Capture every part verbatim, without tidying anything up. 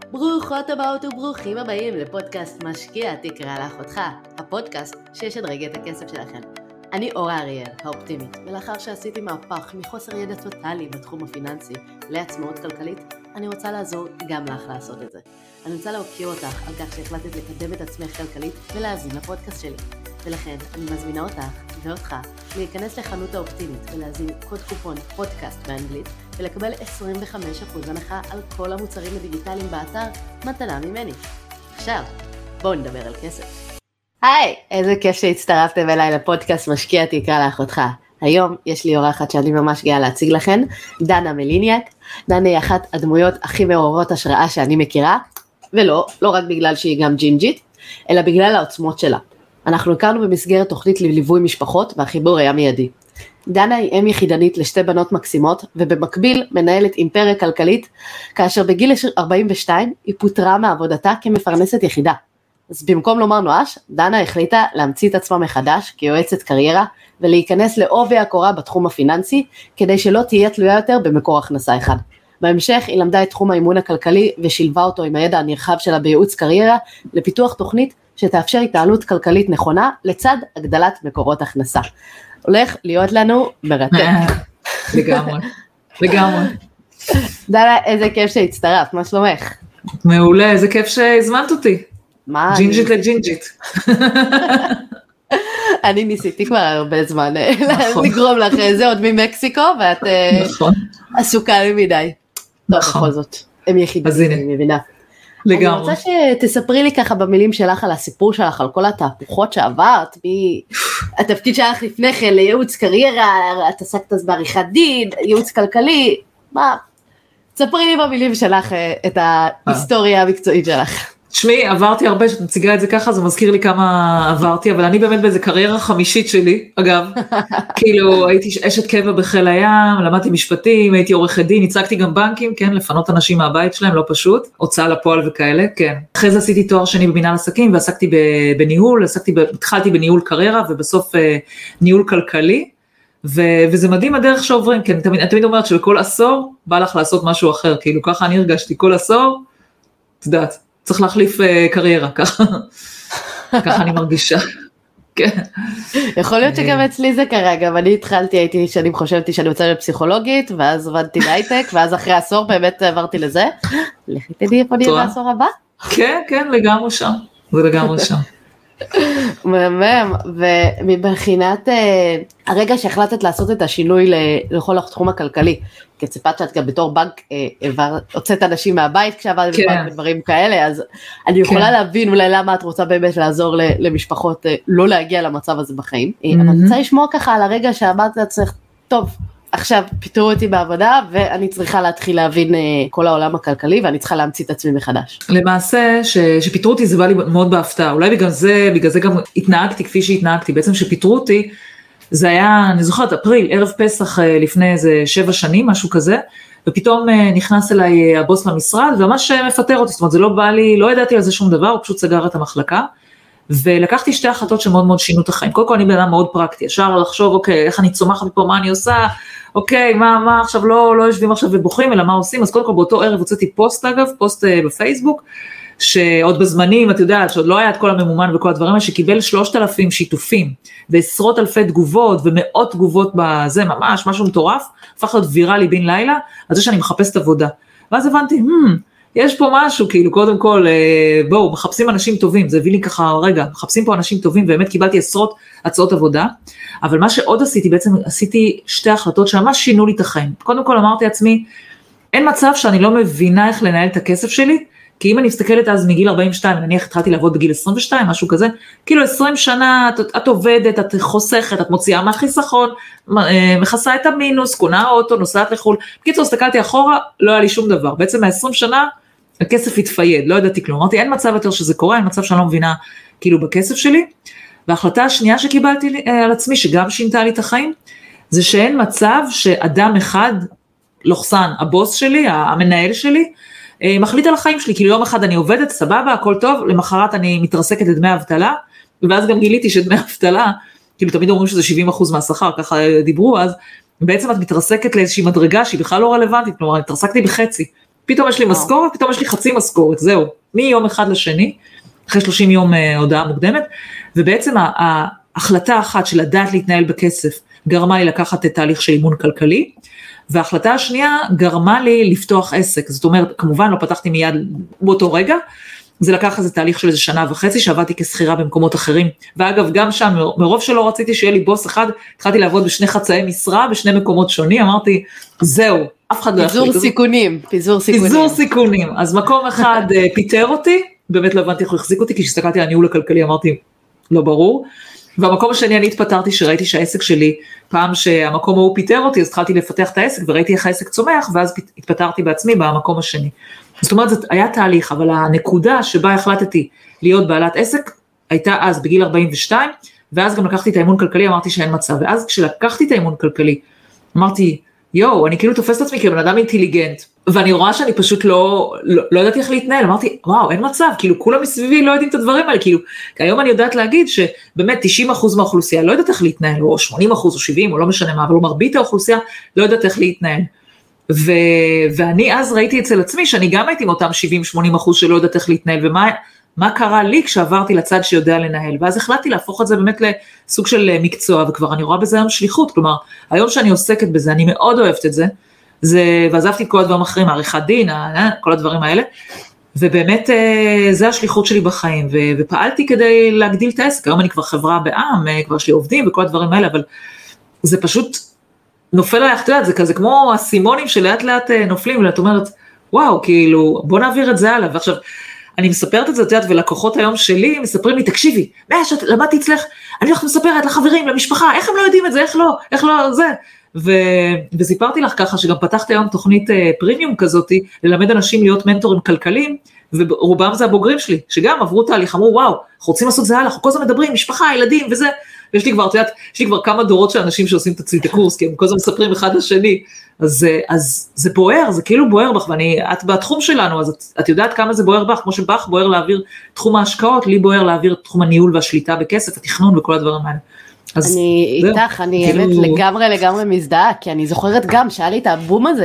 ברוכות הבאות וברוכים הבאים לפודקאסט משקיע תקרא לאחותך, הפודקאסט שישדרג את הכסף שלכם. אני אורה אריאל, האופטימית, ולאחר שעשיתי מהפך מחוסר ידע טוטלי בתחום הפיננסי לעצמאות כלכלית, אני רוצה לעזור גם לך לעשות את זה. אני רוצה להוקיר אותך על כך שהחלטת לקדם את עצמך כלכלית ולהאזין לפודקאסט שלי. ולכן אני מזמינה אותך ואותך להיכנס לחנות האופטימית ולהזין קוד קופון פודקאסט באנגלית ולקבל עשרים וחמישה אחוז הנחה על כל המוצרים הדיגיטליים באתר מתנה ממני. עכשיו, בואו נדבר על כסף. היי, איזה כיף שהצטרפתם אליי לפודקאסט משקיע תקרא לאחותך. היום יש לי אורחת שאני ממש גאה להציג לכן, דנה מליניאק. דנה היא אחת הדמויות הכי מעוררות השראה שאני מכירה, ולא, לא רק בגלל שהיא גם ג'ינג'ית, אלא בגלל העוצמות שלה. אנחנו הכרנו במסגרת תוכנית לליווי משפחות, והחיבור היה מיידי. דנה היא אם יחידנית לשתי בנות מקסימות, ובמקביל מנהלת אימפריה כלכלית, כאשר בגיל ארבעים ושתיים היא פוטרה מעבודתה כמפרנסת יחידה. אז במקום לומר נואש, דנה החליטה להמציא את עצמה מחדש כיועצת קריירה, ולהיכנס לעובי הקורה בתחום הפיננסי, כדי שלא תהיה תלויה יותר במקור הכנסה אחד. בהמשך היא למדה את תחום האימון הכלכלי, ושילבה אותו עם הידע הנרחב שלה בייעוץ קריירה, לפיתוח תוכנית שתאפשר התנהלות כלכלית נכונה, לצד הגדלת מקורות הכנסה. הולך להיות לנו מרתק. לגמרי, לגמרי. דנה, איזה כיף שהצטרפת, מה שלומך? מעולה, איזה כיף שהזמנת אותי. מה? ג'ינג'ית לג'ינג'ית. אני ניסיתי כבר הרבה זמן לגרום לך זה עוד ממקסיקו, ואת עסוקה לי מדי. טוב, בכל זאת, הם יחידים, אני מבינה. לגמרי. אני רוצה שתספרי לי ככה במילים שלך על הסיפור שלך, על כל התהפוכות שעברת, מהתפקיד שלך לפני כן לייעוץ קריירה, את עסקת אז בעריכת דין, ייעוץ כלכלי, מה? תספרי לי במילים שלך את ההיסטוריה המקצועית שלך. תשמעי, עברתי הרבה, שאת מציגה את זה ככה, זה מזכיר לי כמה עברתי, אבל אני באמת באיזה קריירה חמישית שלי, אגב, כאילו הייתי אשת קבע בחיל הים, למדתי משפטים, הייתי עורכת דין, הצגתי גם בנקים, כן, לפנות אנשים מהבית שלהם, לא פשוט, הוצאה לפועל וכאלה, כן. אחרי זה עשיתי תואר שני במנהל עסקים, ועסקתי בניהול, עסקתי, התחלתי בניהול קריירה, ובסוף ניהול כלכלי, וזה מדהים הדרך שעוברים, כן, תמיד, תמיד אומרת שבכל עשור בא לך לעשות משהו אחר, כאילו ככה אני הרגשתי, כל עשור, תדעת, צריך להחליף קריירה, ככה, ככה אני מרגישה, כן. יכול להיות שגם אצלי זה קרה, גם אני התחלתי, הייתי שנים חושבתי שאני רוצה להיות פסיכולוגית, ואז עבדתי להייטק, ואז אחרי עשור באמת עברתי לזה, לכי תדעי איפה נהיה בעשור הבא? כן, כן, לגמרי שם, זה לגמרי שם. מהמם, ומבחינת הרגע שהחלטת לעשות את השינוי לכל התחום הכלכלי, כי ציפת שאת גם בתור בנק הוצאת אנשים מהבית כשעבדת בבנק ודברים כאלה, אז אני יכולה להבין אולי למה את רוצה באמת לעזור למשפחות לא להגיע למצב הזה בחיים, אבל אני רוצה לשמוע ככה על הרגע שאמרת לעצמך, טוב, עכשיו פיטרו אותי בעבודה, ואני צריכה להתחיל להבין כל העולם הכלכלי, ואני צריכה להמציא את עצמי מחדש. למעשה, ש, שפיטרו אותי זה בא לי מאוד בהפתעה, אולי בגלל זה, בגלל זה גם התנהגתי כפי שהתנהגתי, בעצם שפיטרו אותי, זה היה, אני זוכרת, אפריל, ערב פסח לפני איזה שבע שנים, משהו כזה, ופתאום נכנס אליי הבוס למשרד, וממש מפטר אותי, זאת אומרת, זה לא בא לי, לא ידעתי על זה שום דבר, הוא פשוט סגר את המחלקה, ולקחתי שתי החלטות שמאוד מאוד שינו את החיים. קודם כל אני בן אדם מאוד פרקטי, ישר לחשוב, אוקיי, איך אני צומחת מפה, מה אני עושה, אוקיי, מה, מה עכשיו לא, לא יושבים עכשיו ובוכים, אלא מה עושים, אז קודם כל באותו ערב הוצאתי פוסט אגב, פוסט בפייסבוק, שעוד בזמנים, את יודעת, שעוד לא היה את כל הממומן וכל הדברים, שקיבל שלושת אלפים שיתופים, ועשרות אלפי תגובות, ומאות תגובות בזה, ממש, משהו מטורף, הפך להיות ויראלי בין לילה, על זה שאני מחפשת עבודה. ואז הבנתי, hmm, יש פה משהו, כאילו, קודם כל, בואו, מחפשים אנשים טובים, זה הביא לי ככה, רגע, מחפשים פה אנשים טובים, ובאמת קיבלתי עשרות הצעות עבודה, אבל מה שעוד עשיתי, בעצם עשיתי שתי החלטות שממש שינו לי את החיים. קודם כל אמרתי לעצמי, אין מצב שאני לא מבינה איך לנהל את הכסף שלי, כי אם אני מסתכלת אז מגיל ארבעים ושתיים, נניח התחלתי לעבוד בגיל עשרים ושתיים, משהו כזה, כאילו עשרים שנה, את, את עובדת, את חוסכת, את מוציאה מהחיסכון, מכסה את המינוס, קונה אוטו, נוסעת לחול, בקיצור, הסתכלתי אחורה, לא היה לי שום דבר, בעצם מה-עשרים שנה, הכסף התפייד, לא ידעתי כלום, אמרתי, אין מצב יותר שזה קורה, אין מצב שאני לא מבינה, כאילו בכסף שלי, וההחלטה השנייה שקיבלתי על עצמי, שגם שינתה לי את החיים, זה שאין מצב שאדם אחד, לוחסן, הבוס שלי, המנהל שלי, מחליט על החיים שלי, כאילו יום אחד אני עובדת, סבבה, הכל טוב, למחרת אני מתרסקת לדמי אבטלה, ואז גם גיליתי שדמי אבטלה, כאילו תמיד אומרים שזה שבעים אחוז מהשכר, ככה דיברו אז, בעצם את מתרסקת לאיזושהי מדרגה שהיא בכלל לא רלוונטית, כלומר, אני התרסקתי בחצי, פתאום יש לי משכורת, פתאום יש לי חצי משכורת, זהו, מיום אחד לשני, אחרי שלושים יום הודעה מוקדמת, ובעצם ההחלטה אחת של לדעת להתנהל בכסף, גרמה לי לקחת את תהליך של אימון כלכלי, וההחלטה השנייה גרמה לי לפתוח עסק, זאת אומרת, כמובן לא פתחתי מיד באותו רגע, זה לקח איזה תהליך של איזה שנה וחצי, שעבדתי כסחירה במקומות אחרים, ואגב גם שם, מרוב שלא רציתי שיהיה לי בוס אחד, התחלתי לעבוד בשני חצאי משרה, בשני מקומות שונים, אמרתי, זהו, אף אחד לא יחליט. פיזור סיכונים, פיזור סיכונים. פיזור סיכונים, אז מקום אחד פיטר אותי, באמת לא הבנתי איך הוא החזיק אותי, כי כשהסתכלתי על הניהול הכלכלי, אמרתי, לא ברור, והמקום השני אני התפטרתי, שראיתי שהעסק שלי, פעם שהמקום ההוא פיטר אותי, אז התחלתי לפתח את העסק, וראיתי איך העסק צומח, ואז התפטרתי בעצמי במקום השני. זאת אומרת, זה היה תהליך, אבל הנקודה שבה החלטתי להיות בעלת עסק, הייתה אז בגיל ארבעים ושתיים, ואז גם לקחתי את האימון כלכלי, אמרתי שאין מצב, ואז כשלקחתי את האימון כלכלי, אמרתי, יו, אני כאילו תופסת עצמי כבן אדם אינטליגנט, ואני רואה שאני פשוט לא, לא, לא יודעת איך להתנהל, אמרתי, וואו, אין מצב, כאילו כולם מסביבי לא יודעים את הדברים האלה, כאילו, כי היום אני יודעת להגיד שבאמת תשעים אחוז מהאוכלוסייה לא יודעת איך להתנהל, או שמונים אחוז או שבעים, או לא משנה מה, אבל לא מרבית האוכלוסייה לא יודעת איך להתנהל. ו, ואני אז ראיתי אצל עצמי, שאני גם הייתי עם אותם שבעים שמונים אחוז שלא יודעת איך להתנהל, ומה מה קרה לי כשעברתי לצד שיודע לנהל, ואז החלטתי להפוך את זה באמת לסוג של מקצוע, וכבר אני רואה בזה היום שליחות, כלומר, היום שאני עוסקת בזה, אני מאוד אוהבת את זה, זה ועזבתי את כל הדברים אחרים, עריכת דין, כל הדברים האלה, ובאמת זה השליחות שלי בחיים, ו, ופעלתי כדי להגדיל את העסק, היום אני כבר חברה בעם, כבר יש לי עובדים וכל הדברים האלה, אבל זה פשוט נופל עליך, אתה יודע, זה כזה כמו הסימונים שלאט לאט נופלים, ואת אומרת, וואו, כאילו, בוא נעביר את זה הלאה, ועכשיו, אני מספרת את זה, את יודעת, ולקוחות היום שלי מספרים לי, תקשיבי, מה שאת למדתי אצלך, אני הולכת מספרת לחברים, למשפחה, איך הם לא יודעים את זה, איך לא, איך לא, זה, ו, וסיפרתי לך ככה, שגם פתחתי היום תוכנית פרימיום כזאת, ללמד אנשים להיות מנטורים כלכליים, ורובם זה הבוגרים שלי, שגם עברו תהליך, אמרו, וואו, אנחנו רוצים לעשות זה הלאה, אנחנו כל הזמן מדברים, משפחה, ילדים, וזה, ויש לי כבר, את יודעת, יש לי כבר כמה דורות של אנשים שעושים את הקורס, כי הם כל הזמן מספרים אחד לשני, אז, אז זה בוער, זה כאילו בוער בך, ואני, את בתחום שלנו, אז את, את יודעת כמה זה בוער בך, כמו שבך בוער להעביר תחום ההשקעות, לי בוער להעביר תחום הניהול והשליטה בכסף, התכנון וכל הדברים האלה. אז אני זה, איתך, אני כאילו... אמת לגמרי לגמרי מזדהה, כי אני זוכרת גם שהיה לי את הבום הזה,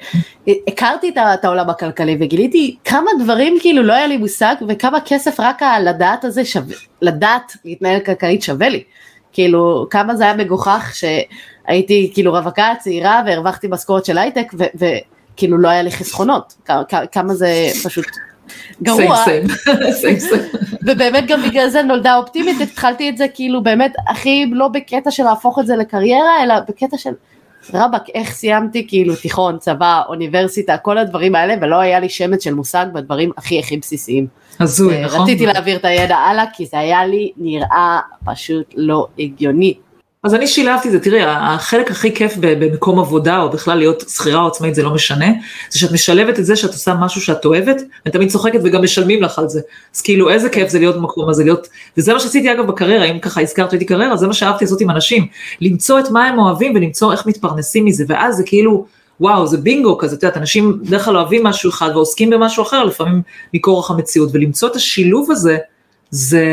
כשהכרתי את העולם הכלכלי, וגיליתי כמה דברים כאילו לא היה לי מושג, וכמה כסף רק לדעת הזה שווה, לדעת להתנהל כלכלית שווה לי, כאילו כמה זה היה מגוחך שהייתי כאילו רווקה צעירה, והרווחתי משכורת של הייטק, וכאילו לא היה לי חסכונות, כמה זה פשוט... גרוע, ובאמת גם בגלל זה נולדה אופטימית, התחלתי את זה כאילו באמת הכי לא בקטע של להפוך את זה לקריירה, אלא בקטע של רבק, איך סיימתי כאילו תיכון, צבא, אוניברסיטה, כל הדברים האלה, ולא היה לי שמץ של מושג בדברים הכי הכי בסיסיים. הזוי, נכון? רציתי להעביר את הידע הלאה, כי זה היה לי נראה פשוט לא הגיוני. אז אני שילבתי זה, תראי, החלק הכי כיף במקום עבודה, או בכלל להיות שכירה או עצמאית, זה לא משנה, זה שאת משלבת את זה, שאת עושה משהו שאת אוהבת, ותמיד צוחקת וגם משלמים לך על זה, אז כאילו איזה כיף זה להיות במקום הזה, להיות, וזה מה שעשיתי אגב בקריירה, אם ככה הזכרת אותי קריירה, זה מה שאהבתי לעשות עם אנשים, למצוא את מה הם אוהבים, ולמצוא איך מתפרנסים מזה, ואז זה כאילו, וואו, זה בינגו כזה, את יודעת, אנשים דרך כלל אוהבים משהו אחד, ועוסקים במשהו אחר, לפעמים מכורח המציאות, ולמצוא את השילוב הזה, זה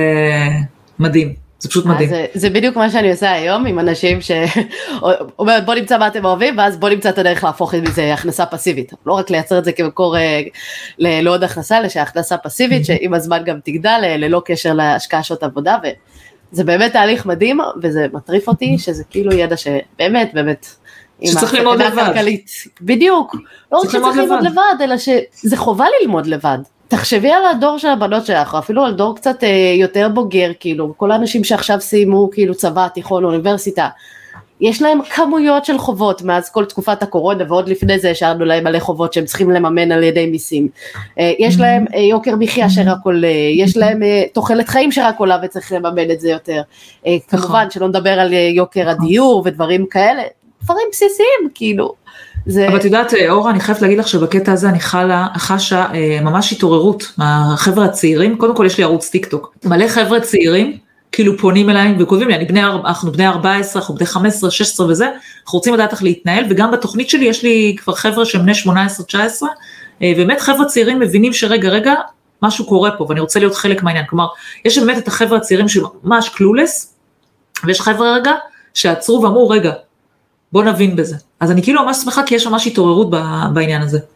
מדהים. זה פשוט מדהים. זה, זה בדיוק מה שאני עושה היום עם אנשים שאומרת בוא נמצא מה אתם אוהבים, ואז בוא נמצא את הדרך להפוך את זה הכנסה פסיבית. לא רק לייצר את זה כמקור לעוד הכנסה, אלא שהכנסה פסיבית, שעם הזמן גם תגדל ללא קשר להשקעה שעות עבודה, וזה באמת תהליך מדהים, וזה מטריף אותי, שזה כאילו ידע שבאמת, באמת, שצריך ללמוד לבד. בדיוק. לא רק שצריך ללמוד לבד, אלא שזה חובה ללמוד לבד. תחשבי על הדור של הבנות שלך, או אפילו על דור קצת אה, יותר בוגר, כאילו, כל האנשים שעכשיו סיימו, כאילו, צבא, תיכון, אוניברסיטה, יש להם כמויות של חובות, מאז כל תקופת הקורונה, ועוד לפני זה השארנו להם מלא חובות, שהם צריכים לממן על ידי מיסים, אה, יש להם אה, יוקר מחיה שרק עולה, יש להם אה, תוחלת חיים שרק עולה, וצריך לממן את זה יותר, אה, כמובן שלא נדבר על אה, יוקר הדיור, ודברים כאלה, דברים בסיסיים, כאילו, זה... אבל את יודעת, אורה, אני חייבת להגיד לך שבקטע הזה אני חלה, חשה אה, ממש התעוררות מהחבר'ה הצעירים, קודם כל יש לי ערוץ טיק טוק, מלא חבר'ה צעירים, כאילו פונים אליי וכותבים לי, אני בני, אנחנו בני ארבע עשרה, אנחנו בני חמש עשרה, שש עשרה וזה, אנחנו רוצים לדעת איך להתנהל, וגם בתוכנית שלי יש לי כבר חבר'ה שהם בני שמונה עשרה תשע עשרה, אה, באמת חבר'ה צעירים מבינים שרגע רגע, משהו קורה פה, ואני רוצה להיות חלק מהעניין, כלומר, יש באמת את החבר'ה הצעירים שממש קלולס, ויש חבר'ה רגע שעצרו ואמרו, רגע, בוא נבין בזה. אז אני כאילו ממש שמחה, כי יש ממש התעוררות בעניין הזה.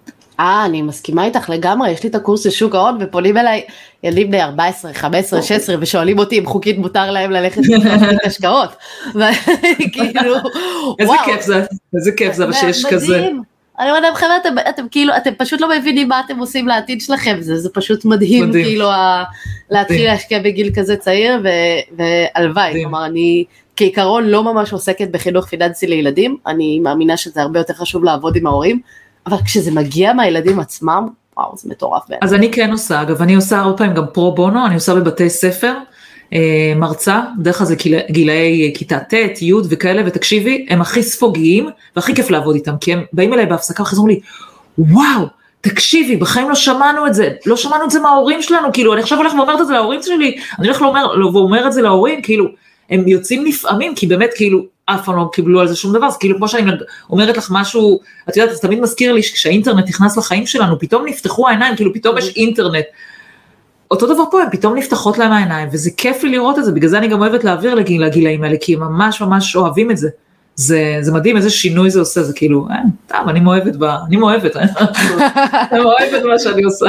אה, אני מסכימה איתך לגמרי, יש לי את הקורס לשוק ההון, ופונים אליי ילדים בני ארבע עשרה, חמש עשרה, שש עשרה, ושואלים אותי אם חוקית מותר להם ללכת לתוכנית השקעות. וכאילו, איזה כיף זה, איזה כיף זה, שיש כזה. מדהים. אני אומרת, חבר'ה, אתם, אתם כאילו, אתם פשוט לא מבינים מה אתם עושים לעתיד שלכם, זה, זה פשוט מדהים, מדהים. כאילו, ה, להתחיל מדהים. להשקיע בגיל כזה צעיר, ו, והלוואי, כלומר, אני כעיקרון לא ממש עוסקת בחינוך פיננסי לילדים, אני מאמינה שזה הרבה יותר חשוב לעבוד עם ההורים, אבל כשזה מגיע מהילדים עצמם, וואו, זה מטורף בעצם. אז אני כן עושה, אגב, אני עושה הרבה פעמים גם פרו בונו, אני עושה בבתי ספר, מרצה, בדרך כלל זה גילאי כיתה ט', י' וכאלה, ותקשיבי, הם הכי ספוגיים, והכי כיף לעבוד איתם, כי הם באים אליי בהפסקה, וחזרו לי, וואו, תקשיבי, בחיים לא שמענו את זה, לא שמענו את זה מההורים שלנו, כאילו, אני עכשיו הולך ואומרת את זה להורים שלי, אני הולך ואומר את זה להורים, כאילו, הם יוצאים נפעמים, כי באמת, כאילו, אף פעם לא קיבלו על זה שום דבר, אז כאילו, כמו שאני אומרת לך משהו, את יודעת, זה תמיד מזכיר לי, כשהאינטרנט נכנס לחיים שלנו, פתאום נפתחו העיניים, כאילו, פתאום יש אינטרנט, אותו דבר פה, הם פתאום נפתחות להם העיניים, וזה כיף לי לראות את זה, בגלל זה אני גם אוהבת להעביר לגיל, לגילאים האלה, כי הם ממש ממש אוהבים את זה. זה, זה מדהים, איזה שינוי זה עושה, זה כאילו, אה, טוב, אני מאוהבת בה, אני מאוהבת, אני מאוהבת מה שאני עושה.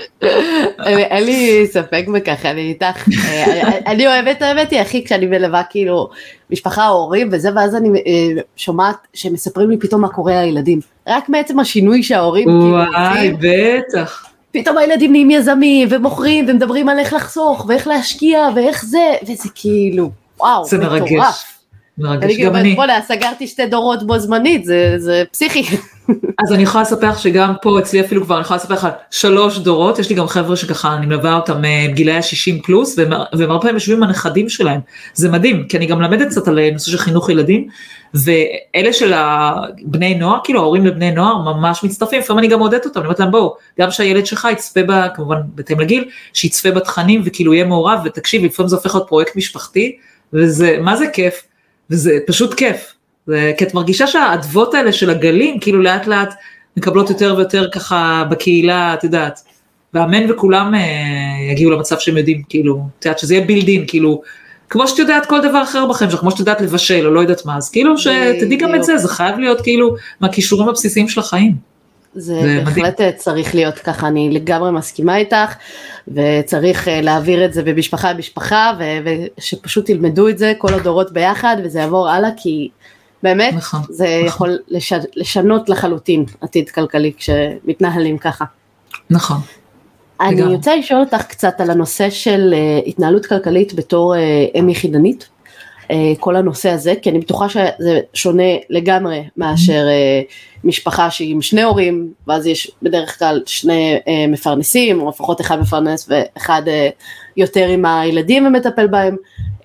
אין לי ספק בכך, אני איתך, אני אוהבת, האמת היא, הכי כשאני מלווה, כאילו, משפחה, הורים, וזה, ואז אני שומעת שהם מספרים לי פתאום מה קורה לילדים, רק מעצם השינוי שההורים, וואי, בטח. פתאום הילדים נהיים יזמים, ומוכרים, ומדברים על איך לחסוך, ואיך להשקיע, ואיך זה, וזה כאילו, וואו, זה מרגש. מרגש, גם אני. בוא'נה, סגרתי שתי דורות בו זמנית, זה, זה פסיכי. אז אני יכולה לספר לך שגם פה אצלי אפילו כבר, אני יכולה לספר לך שלוש דורות, יש לי גם חבר'ה שככה, אני מלווה אותם בגילאי ה-שישים פלוס, והם הרבה פעמים יושבים עם הנכדים שלהם, זה מדהים, כי אני גם למדת קצת על נושא של חינוך ילדים, ואלה של הבני נוער, כאילו ההורים לבני נוער, ממש מצטרפים, לפעמים אני גם עודדת אותם, אני אומרת להם בואו, גם שהילד שלך יצפה בה, כמובן בהתאם לגיל, שיצפה בתכנים וכאילו יהיה מעורב, ותקשיב, לפעמים זה הופך להיות פרויקט משפחתי, וזה, מה זה כיף? וזה פשוט כיף, זה, כי את מרגישה שהעדבות האלה של הגלים, כאילו לאט לאט מקבלות יותר ויותר ככה בקהילה, את יודעת, ואמן וכולם אה, יגיעו למצב שהם יודעים, כאילו, את יודעת שזה יהיה בילדין, כאילו, כמו שאת יודעת כל דבר אחר בכם, כמו שאת יודעת לבשל או לא יודעת מה, אז כאילו שתדעי גם את זה, זה חייב להיות כאילו מהכישורים הבסיסיים של החיים. זה בהחלט צריך להיות ככה, אני לגמרי מסכימה איתך, וצריך להעביר את זה במשפחה במשפחה, ושפשוט תלמדו את זה כל הדורות ביחד, וזה יעבור הלאה, כי באמת זה יכול לשנות לחלוטין עתיד כלכלי, כשמתנהלים ככה. נכון. אני רוצה לשאול אותך קצת על הנושא של התנהלות כלכלית בתור אם יחידנית, כל הנושא הזה, כי אני בטוחה שזה שונה לגמרי מאשר משפחה שהיא עם שני הורים, ואז יש בדרך כלל שני מפרנסים, או לפחות אחד מפרנס ואחד יותר עם הילדים ומטפל בהם,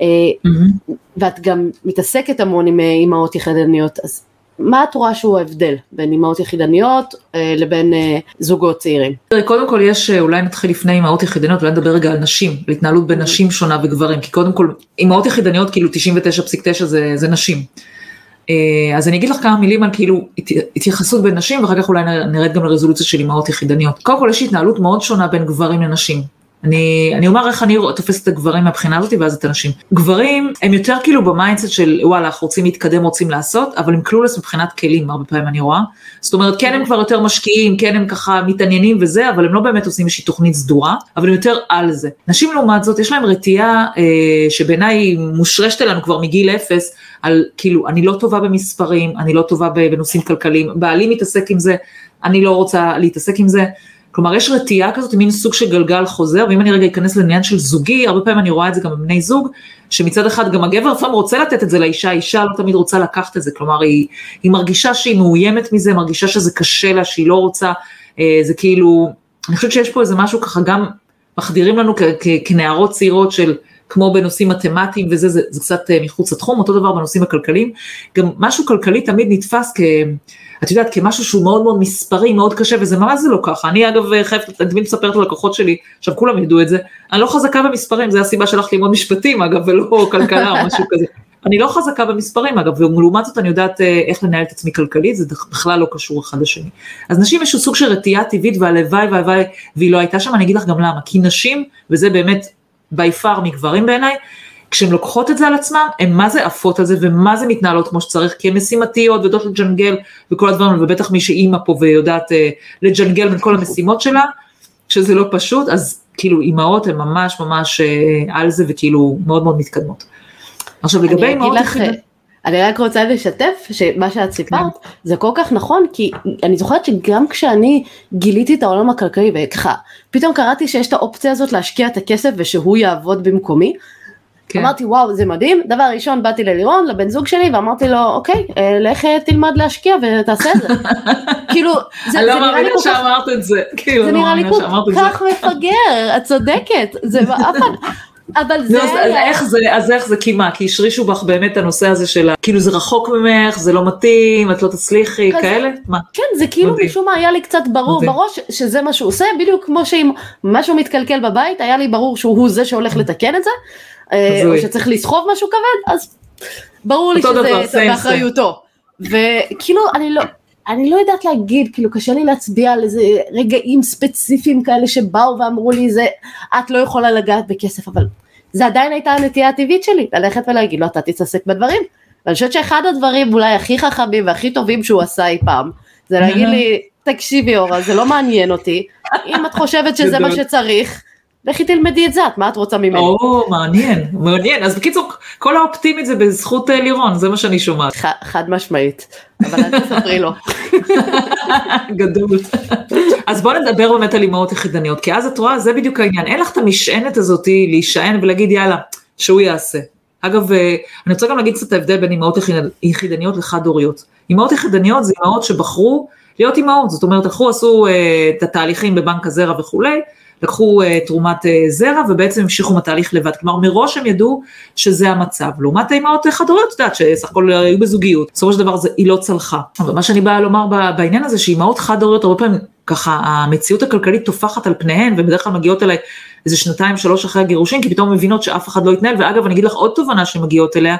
ואת גם מתעסקת המון עם אימהות יחידניות, אז מה את רואה שהוא ההבדל בין אימהות יחידניות לבין זוגות צעירים? קודם כל יש, אולי נתחיל לפני אימהות יחידניות, אולי נדבר רגע על נשים, להתנהלות בין נשים שונה וגברים, כי קודם כל אימהות יחידניות כאילו תשעים ותשע נקודה תשע זה, זה נשים. אז אני אגיד לך כמה מילים על כאילו התייחסות בין נשים, ואחר כך אולי נרד גם לרזולוציה של אימהות יחידניות. קודם כל יש התנהלות מאוד שונה בין גברים לנשים. אני, אני אומר איך אני תופסת את הגברים מהבחינה הזאת, ואז את הנשים. גברים הם יותר כאילו במיינדסט של וואלה, אנחנו רוצים להתקדם, רוצים לעשות, אבל הם כלולס מבחינת כלים, הרבה פעמים אני רואה. זאת אומרת, כן הם כבר יותר משקיעים, כן הם ככה מתעניינים וזה, אבל הם לא באמת עושים איזושהי תוכנית סדורה, אבל הם יותר על זה. נשים לעומת זאת, יש להם רתיעה אה, שבעיניי מושרשת אלינו כבר מגיל אפס, על כאילו, אני לא טובה במספרים, אני לא טובה בנושאים כלכליים, בעלי מתעסק עם זה, אני לא רוצה להתעסק עם זה, כלומר, יש רתיעה כזאת, מין סוג של גלגל חוזר, ואם אני רגע אכנס לעניין של זוגי, הרבה פעמים אני רואה את זה גם בבני זוג, שמצד אחד גם הגבר פעם רוצה לתת את זה לאישה, האישה לא תמיד רוצה לקחת את זה, כלומר, היא, היא מרגישה שהיא מאוימת מזה, מרגישה שזה קשה לה, שהיא לא רוצה, זה כאילו, אני חושבת שיש פה איזה משהו ככה, גם מחדירים לנו כ- כ- כנערות צעירות של, כמו בנושאים מתמטיים וזה, זה, זה קצת מחוץ לתחום, אותו דבר בנושאים הכלכליים, גם משהו כלכלי תמיד נתפס כ... את יודעת, כמשהו שהוא מאוד מאוד מספרי, מאוד קשה, וזה ממש זה לא ככה. אני אגב חייבת, אני תמיד מספרת ללקוחות שלי, עכשיו כולם ידעו את זה, אני לא חזקה במספרים, זה הסיבה שהלכתי ללמוד משפטים, אגב, ולא כלכלה או משהו כזה. אני לא חזקה במספרים, אגב, ולעומת זאת אני יודעת איך לנהל את עצמי כלכלית, זה בכלל לא קשור אחד לשני. אז נשים יש סוג של רתיעה טבעית, והלוואי והלוואי, והיא לא הייתה שם, אני אגיד לך גם למה, כי נשים, וזה באמת by far מגברים בעיניי, כשהן לוקחות את זה על עצמם, הן מה זה עפות על זה, ומה זה מתנהלות כמו שצריך, כי הן משימתיות, ויודעות לג'נגל, וכל הדברים, ובטח מי שאימא פה, ויודעת אה, לג'נגל בין כל המשימות שלה, שזה לא פשוט, אז כאילו אימהות הן ממש ממש אה, על זה, וכאילו מאוד מאוד מתקדמות. עכשיו לגבי אימהות... אני רק רוצה לשתף שמה שאת סיפרת זה כל כך נכון, כי אני זוכרת שגם כשאני גיליתי את העולם הכלכלי וככה, פתאום קראתי שיש את האופציה הזאת להשקיע את הכסף ושהוא יעבוד במקומי, כן. אמרתי וואו זה מדהים, דבר ראשון באתי ללירון, לבן זוג שלי ואמרתי לו אוקיי, לך תלמד להשקיע ותעשה את זה, כאילו זה, לא זה נראה לי כל כך, שאמרת את זה, כאילו, זה נראה לי כל כך מפגר, את צודקת, זה אף אחד, אבל זה... אז איך זה כמעט, כי השרישו בך באמת הנושא הזה של, כאילו זה רחוק ממך, זה לא מתאים, את לא תצליחי, כאלה? כן, זה כאילו משום מה היה לי קצת ברור בראש, שזה מה שהוא עושה, בדיוק כמו שאם משהו מתקלקל בבית, היה לי ברור שהוא זה שהולך לתקן את זה, או שצריך לסחוב משהו כבד, אז ברור לי שזה באחריותו. וכאילו, אני לא... אני לא יודעת להגיד, כאילו קשה לי להצביע על איזה רגעים ספציפיים כאלה שבאו ואמרו לי, זה, את לא יכולה לגעת בכסף, אבל זה עדיין הייתה הנטייה הטבעית שלי, ללכת ולהגיד לו, אתה תתעסק בדברים. ואני חושבת שאחד הדברים אולי הכי חכמים והכי טובים שהוא עשה אי פעם, זה להגיד לי, תקשיבי אורה, זה לא מעניין אותי, אם את חושבת שזה מה שצריך, לכי תלמדי את זה, מה את רוצה ממני? או, מעניין, מעניין, אז בקיצור, כל האופטימית זה בזכות לירון, זה מה שאני שומעת. חד משמעית, אבל אל תספרי לו. גדול. אז בוא נדבר באמת על אימהות יחידניות, כי אז את רואה, זה בדיוק העניין, אין לך את המשענת הזאת להישען ולהגיד יאללה, שהוא יעשה. אגב, אני רוצה גם להגיד קצת ההבדל בין אימהות יחידניות לחד-הוריות. אימהות יחידניות זה אימהות שבחרו להיות אימהות, זאת אומרת, הלכו, עשו את התהליכים בבנק הזרע וכולי, לקחו uh, תרומת uh, זרע, ובעצם המשיכו מהתהליך לבד, כלומר מראש הם ידעו שזה המצב, לעומת האימהות חד-הוריות, יודעת שסך הכל היו בזוגיות, בסופו של דבר זה, היא לא צלחה, אבל מה שאני באה לומר בעניין הזה, שאימהות חד-הוריות, הרבה פעמים ככה, המציאות הכלכלית תופחת על פניהן, ובדרך כלל מגיעות אליי איזה שנתיים, שלוש אחרי הגירושים, כי פתאום מבינות שאף אחד לא יתנהל, ואגב אני אגיד לך עוד תובנה שמגיעות אליה,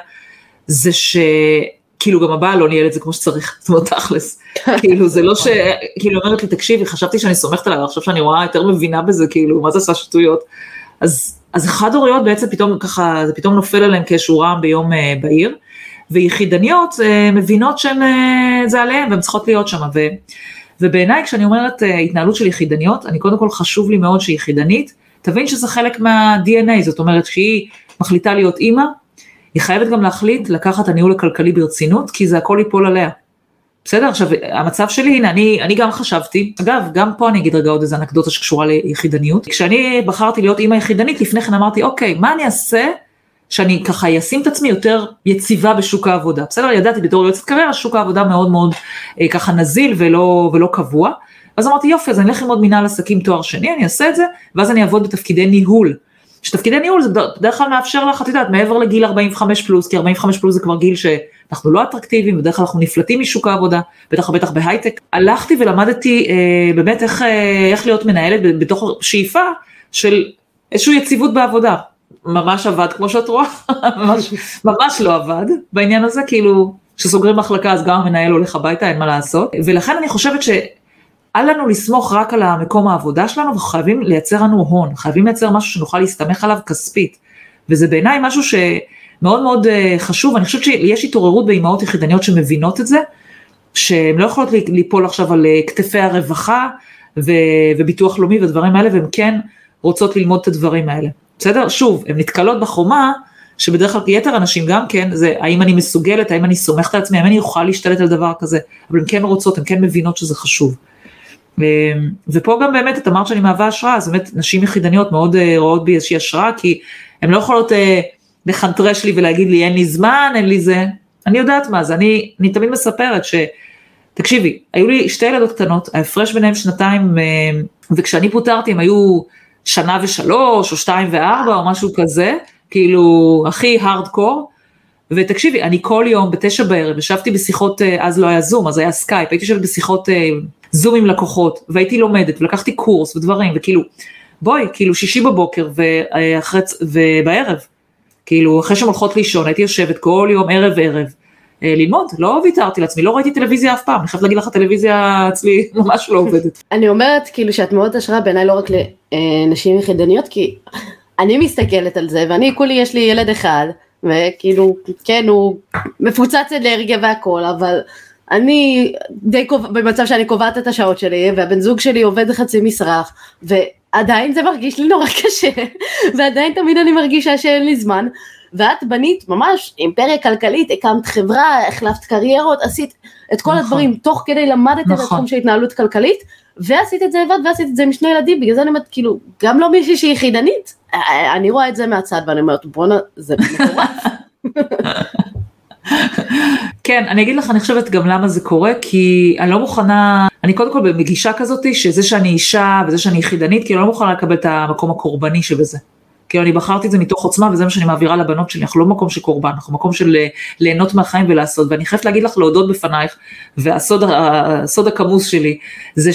זה ש... כאילו גם הבעל לא ניהל את זה כמו שצריך, זאת אומרת תכלס, כאילו זה לא ש... כאילו אומרת לי תקשיבי, חשבתי שאני סומכת עליו, עכשיו שאני רואה יותר מבינה בזה, כאילו מה זה עשה שטויות, אז, אז אחד הוריות בעצם פתאום ככה, זה פתאום נופל עליהם כאיזשהו רעם ביום uh, בעיר, ויחידניות uh, מבינות שהן, uh, זה עליהן, והן צריכות להיות שם, ו, ובעיניי כשאני אומרת uh, התנהלות של יחידניות, אני קודם כל חשוב לי מאוד שיחידנית, תבין שזה חלק מה-די אן איי, זאת אומרת שהיא מחליטה להיות אימא, היא חייבת גם להחליט לקחת הניהול הכלכלי ברצינות, כי זה הכל ייפול עליה. בסדר? עכשיו, המצב שלי, הנה, אני, אני גם חשבתי, אגב, גם פה אני אגיד רגע עוד איזו אנקדוטה שקשורה ליחידניות, כשאני בחרתי להיות אימא יחידנית, לפני כן אמרתי, אוקיי, מה אני אעשה, שאני ככה אשים את עצמי יותר יציבה בשוק העבודה. בסדר? ידעתי בתור יועצת קריירה, שוק העבודה מאוד מאוד אה, ככה נזיל ולא, ולא קבוע, אז אמרתי, יופי, אז אני אלך ללמוד מנהל עסקים תואר שני, אני אעשה את זה, ואז אני אעבוד בתפקידי ניהול. שתפקידי ניהול זה בדרך כלל מאפשר לך, את יודעת, מעבר לגיל ארבעים וחמש פלוס, כי ארבעים וחמש פלוס זה כבר גיל שאנחנו לא אטרקטיביים, בדרך כלל אנחנו נפלטים משוק העבודה, בטח בטח בהייטק. הלכתי ולמדתי אה, באמת איך, אה, איך להיות מנהלת בתוך שאיפה של איזושהי יציבות בעבודה. ממש עבד, כמו שאת רואה, ממש, ממש לא עבד בעניין הזה, כאילו שסוגרים מחלקה אז גם המנהל הולך הביתה, אין מה לעשות, ולכן אני חושבת ש... אל לנו לסמוך רק על המקום העבודה שלנו, וחייבים לייצר לנו הון, חייבים לייצר משהו שנוכל להסתמך עליו כספית, וזה בעיניי משהו שמאוד מאוד חשוב, אני חושבת שיש התעוררות באימהות יחידניות שמבינות את זה, שהן לא יכולות ליפול עכשיו על כתפי הרווחה, וביטוח לאומי ודברים האלה, והן כן רוצות ללמוד את הדברים האלה, בסדר? שוב, הן נתקלות בחומה, שבדרך כלל יתר אנשים גם כן, זה האם אני מסוגלת, האם אני סומכת על עצמי, האם אני אוכל להשתלט על דבר כזה, אבל הן כן רוצות, הן כן מבינות שזה חשוב. ופה גם באמת את אמרת שאני מהווה השראה, אז באמת נשים יחידניות מאוד רואות בי איזושהי השראה, כי הן לא יכולות לחנטרש לי ולהגיד לי אין לי זמן, אין לי זה, אני יודעת מה זה, אני, אני תמיד מספרת ש, תקשיבי, היו לי שתי ילדות קטנות, ההפרש ביניהם שנתיים, וכשאני פוטרתי הם היו שנה ושלוש, או שתיים וארבע, או משהו כזה, כאילו הכי הארדקור, ותקשיבי, אני כל יום בתשע בערב, ישבתי בשיחות, אז לא היה זום, אז היה סקייפ, הייתי יושבת בשיחות זום עם לקוחות, והייתי לומדת, ולקחתי קורס ודברים, וכאילו, בואי, כאילו שישי בבוקר, ואחרי, ובערב, כאילו, אחרי שהולכות לישון, הייתי יושבת כל יום, ערב ערב, ללמוד, לא ויתרתי לעצמי, לא ראיתי טלוויזיה אף פעם, אני חייבת להגיד לך, הטלוויזיה אצלי ממש לא עובדת. אני אומרת, כאילו, שאת מאוד השראה בעיניי לא רק לנשים יחידניות, כי אני מסתכלת על זה, ואני כולי יש לי ילד אחד, וכאילו, כן, הוא מפוצץ אנרגיה והכל, אבל אני די במצב שאני קובעת את השעות שלי, והבן זוג שלי עובד חצי משרה, ועדיין זה מרגיש לי נורא קשה, ועדיין תמיד אני מרגישה שאין לי זמן, ואת בנית ממש אימפריה כלכלית, הקמת חברה, החלפת קריירות, עשית את כל נכון. הדברים, תוך כדי למדת נכון. את התחום של התנהלות כלכלית, ועשית את זה לבד, ועשית את זה עם שני ילדים, בגלל זה אני אומרת, כאילו, גם לא מישהי שהיא חידנית, אני רואה את זה מהצד, ואני אומרת, בוא'נה, זה מטורף. כן, אני אגיד לך, אני חושבת גם למה זה קורה, כי אני לא מוכנה, אני קודם כל במגישה כזאת, שזה שאני אישה, וזה שאני חידנית, כי אני לא מוכנה לקבל את המקום הקורבני שבזה. כי אני בחרתי את זה מתוך עוצמה, וזה מה שאני מעבירה לבנות שלי, אנחנו לא מקום של קורבן, אנחנו מקום של ליהנות מהחיים ולעשות, ואני חייבת להגיד לך, להודות בפנייך, והסוד הסוד הכמוס שלי, זה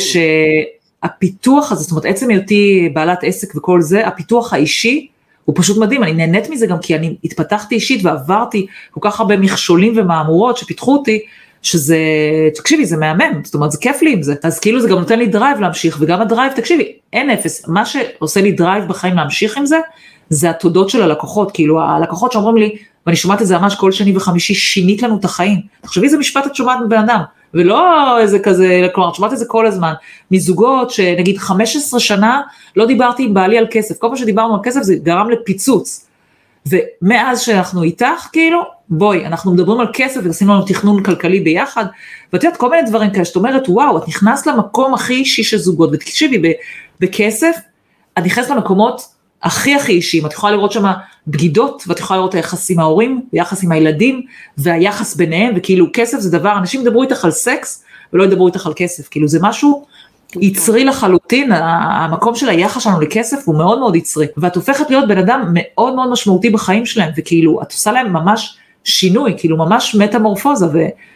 שהפיתוח הזה, זאת אומרת, עצם היותי בעלת עסק וכל זה, הפיתוח האישי, הוא פשוט מדהים, אני נהנית מזה גם כי אני התפתחתי אישית, ועברתי כל כך הרבה מכשולים ומאמורות שפיתחו אותי, שזה, תקשיבי, זה מהמם, זאת אומרת, זה כיף לי עם זה, אז כאילו זה גם נותן לי דרייב להמשיך, וגם הדרייב, תקשיבי, אין אפס, מה שעושה לי דרייב בחיים להמשיך עם זה, זה התודות של הלקוחות, כאילו הלקוחות שאומרים לי, ואני שומעת את זה ממש כל שני וחמישי, שינית לנו את החיים, תחשבי איזה משפט את שומעת מבן אדם, ולא איזה כזה, כלומר, שומעת את זה כל הזמן, מזוגות שנגיד חמש עשרה שנה, לא דיברתי עם בעלי על כסף, כל פעם שדיברנו על כסף זה גרם לפיצוץ, ומאז שאנחנו איתך, כאילו, בואי, אנחנו מדברים על כסף, ועשינו לנו תכנון כלכלי ביחד, ואת יודעת, כל מיני דברים כאלה, שאת אומרת, וואו, את נכנסת למקום הכי אישי של זוגות, ותקשיבי, בכסף, את נכנסת למקומות הכי הכי אישיים, את יכולה לראות שם בגידות, ואת יכולה לראות היחס עם ההורים, ויחס עם הילדים, והיחס ביניהם, וכאילו כסף זה דבר, אנשים ידברו איתך על סקס, ולא ידברו איתך על כסף, כאילו זה משהו יצרי לחלוטין, המקום של היחס שלנו לכסף הוא מאוד מאוד יצרי, ואת הופכת להיות בן אדם מאוד מאוד משמעותי בחיים שלהם, וכאילו את עושה להם ממש שינוי, כאילו ממש מטמורפוזה,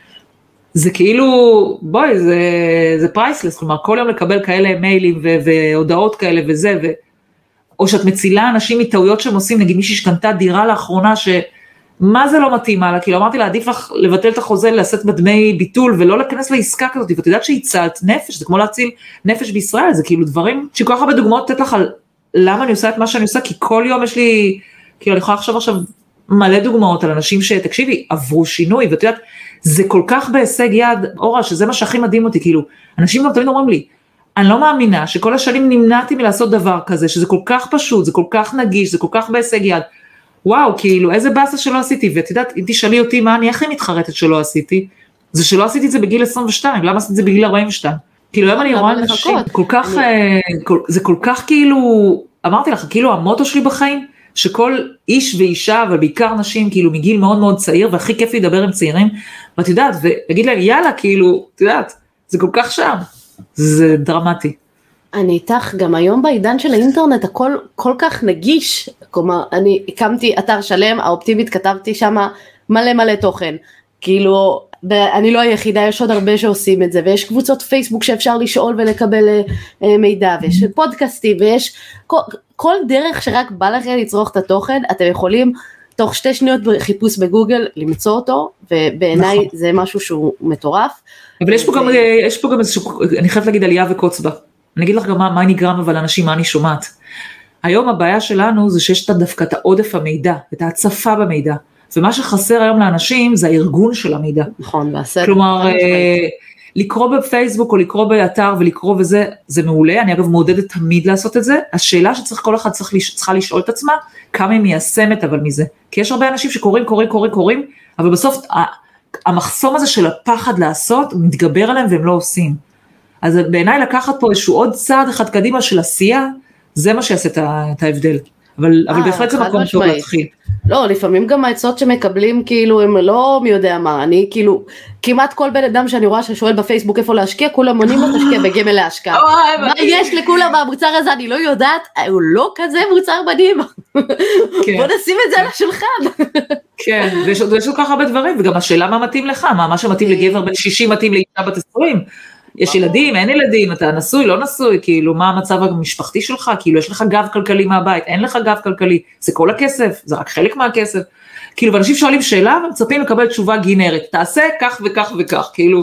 וזה כאילו, בואי, זה, זה פרייסלס, כלומר כל יום לקבל כאלה מיילים ו- והודעות כאלה וזה, ו- או שאת מצילה אנשים מטעויות שהם עושים, נגיד מישהי שקנתה דירה לאחרונה, שמה זה לא מתאים לה, כאילו אמרתי לה, עדיף לך לבטל את החוזה, לעשות בדמי ביטול, ולא להיכנס לעסקה כזאת, ואת יודעת שהצלת נפש, זה כמו להציל נפש בישראל, זה כאילו דברים, שכל כך הרבה דוגמאות לתת לך על למה אני עושה את מה שאני עושה, כי כל יום יש לי, כאילו אני יכולה לחשוב עכשיו מלא דוגמאות על אנשים שתקשיבי, עברו שינוי, ואת יודעת, זה כל כך בהישג יד, אורה, שזה מה שהכי מדהים אותי, כאילו, אנשים גם תמיד אומרים לי, אני לא מאמינה שכל השנים נמנעתי מלעשות דבר כזה, שזה כל כך פשוט, זה כל כך נגיש, זה כל כך בהישג יד, וואו, כאילו, איזה באסה שלא עשיתי, ואת יודעת, אם תשאלי אותי מה אני הכי מתחרטת שלא עשיתי, זה שלא עשיתי את זה בגיל עשרים ושתיים, למה עשיתי את זה בגיל ארבעים ושתיים? כאילו, היום אני רואה אנשים, כל כך, זה כל כך כאילו, אמרתי לך, כאילו המוטו שלי בחיים, שכל איש ואישה, אבל בעיקר נשים, כאילו מגיל מאוד מאוד צעיר, והכי כיף לדבר עם צעירים, ואת יודעת, ולהגיד להם, יאללה, כאילו, את יודעת, זה כל כך שם, זה דרמטי. אני איתך, גם היום בעידן של האינטרנט, הכל כל כך נגיש, כלומר, אני הקמתי אתר שלם, האופטימית, כתבתי שם מלא מלא תוכן, כאילו, אני לא היחידה, יש עוד הרבה שעושים את זה, ויש קבוצות פייסבוק שאפשר לשאול ולקבל מידע, ויש פודקאסטים, ויש כל, כל דרך שרק בא לכם לצרוך את התוכן, אתם יכולים תוך שתי שניות חיפוש בגוגל למצוא אותו, ובעיניי נכון. זה משהו שהוא מטורף. אבל יש פה, ו... גם, יש פה גם איזשהו, אני חייבת להגיד עלייה וקוץ בה, אני אגיד לך גם מה, מה נגרם אבל אנשים, מה אני שומעת. היום הבעיה שלנו זה שיש דווקא את העודף המידע, את ההצפה במידע, ומה שחסר היום לאנשים זה הארגון של המידע. נכון, והסדר. כלומר, לקרוא בפייסבוק או לקרוא באתר ולקרוא וזה, זה מעולה, אני אגב מעודדת תמיד לעשות את זה, השאלה שצריך כל אחד צריך, צריכה לשאול את עצמה, כמה היא מיישמת אבל מזה, כי יש הרבה אנשים שקוראים, קוראים, קוראים, קוראים, אבל בסוף המחסום הזה של הפחד לעשות, מתגבר עליהם והם לא עושים. אז בעיניי לקחת פה איזשהו עוד צעד אחד קדימה של עשייה, זה מה שיעשה את ההבדל. אבל, אבל בהחלט זה מקום טוב להתחיל. לא, לפעמים גם העצות שמקבלים, כאילו, הם לא מי יודע מה, אני כאילו, כמעט כל בן אדם שאני רואה ששואל בפייסבוק איפה להשקיע, כולם מונים לו תשקיע בגמל להשקעה. מה יש לכולם מהמוצר הזה, אני לא יודעת, הוא לא כזה מוצר מדהים. בוא נשים את זה על השולחן. כן, ויש עוד כל כך הרבה דברים, וגם השאלה מה מתאים לך, מה שמתאים לגבר בן שישים מתאים לאישה בת עשרים. יש ילדים, אין ילדים, אתה נשוי, לא נשוי, כאילו, מה המצב המשפחתי שלך, כאילו, יש לך גב כלכלי מהבית, אין לך גב כלכלי, זה כל הכסף, זה רק חלק מהכסף, כאילו, ואנשים שואלים שאלה, ומצפים לקבל תשובה גינרית, תעשה כך וכך וכך, כאילו.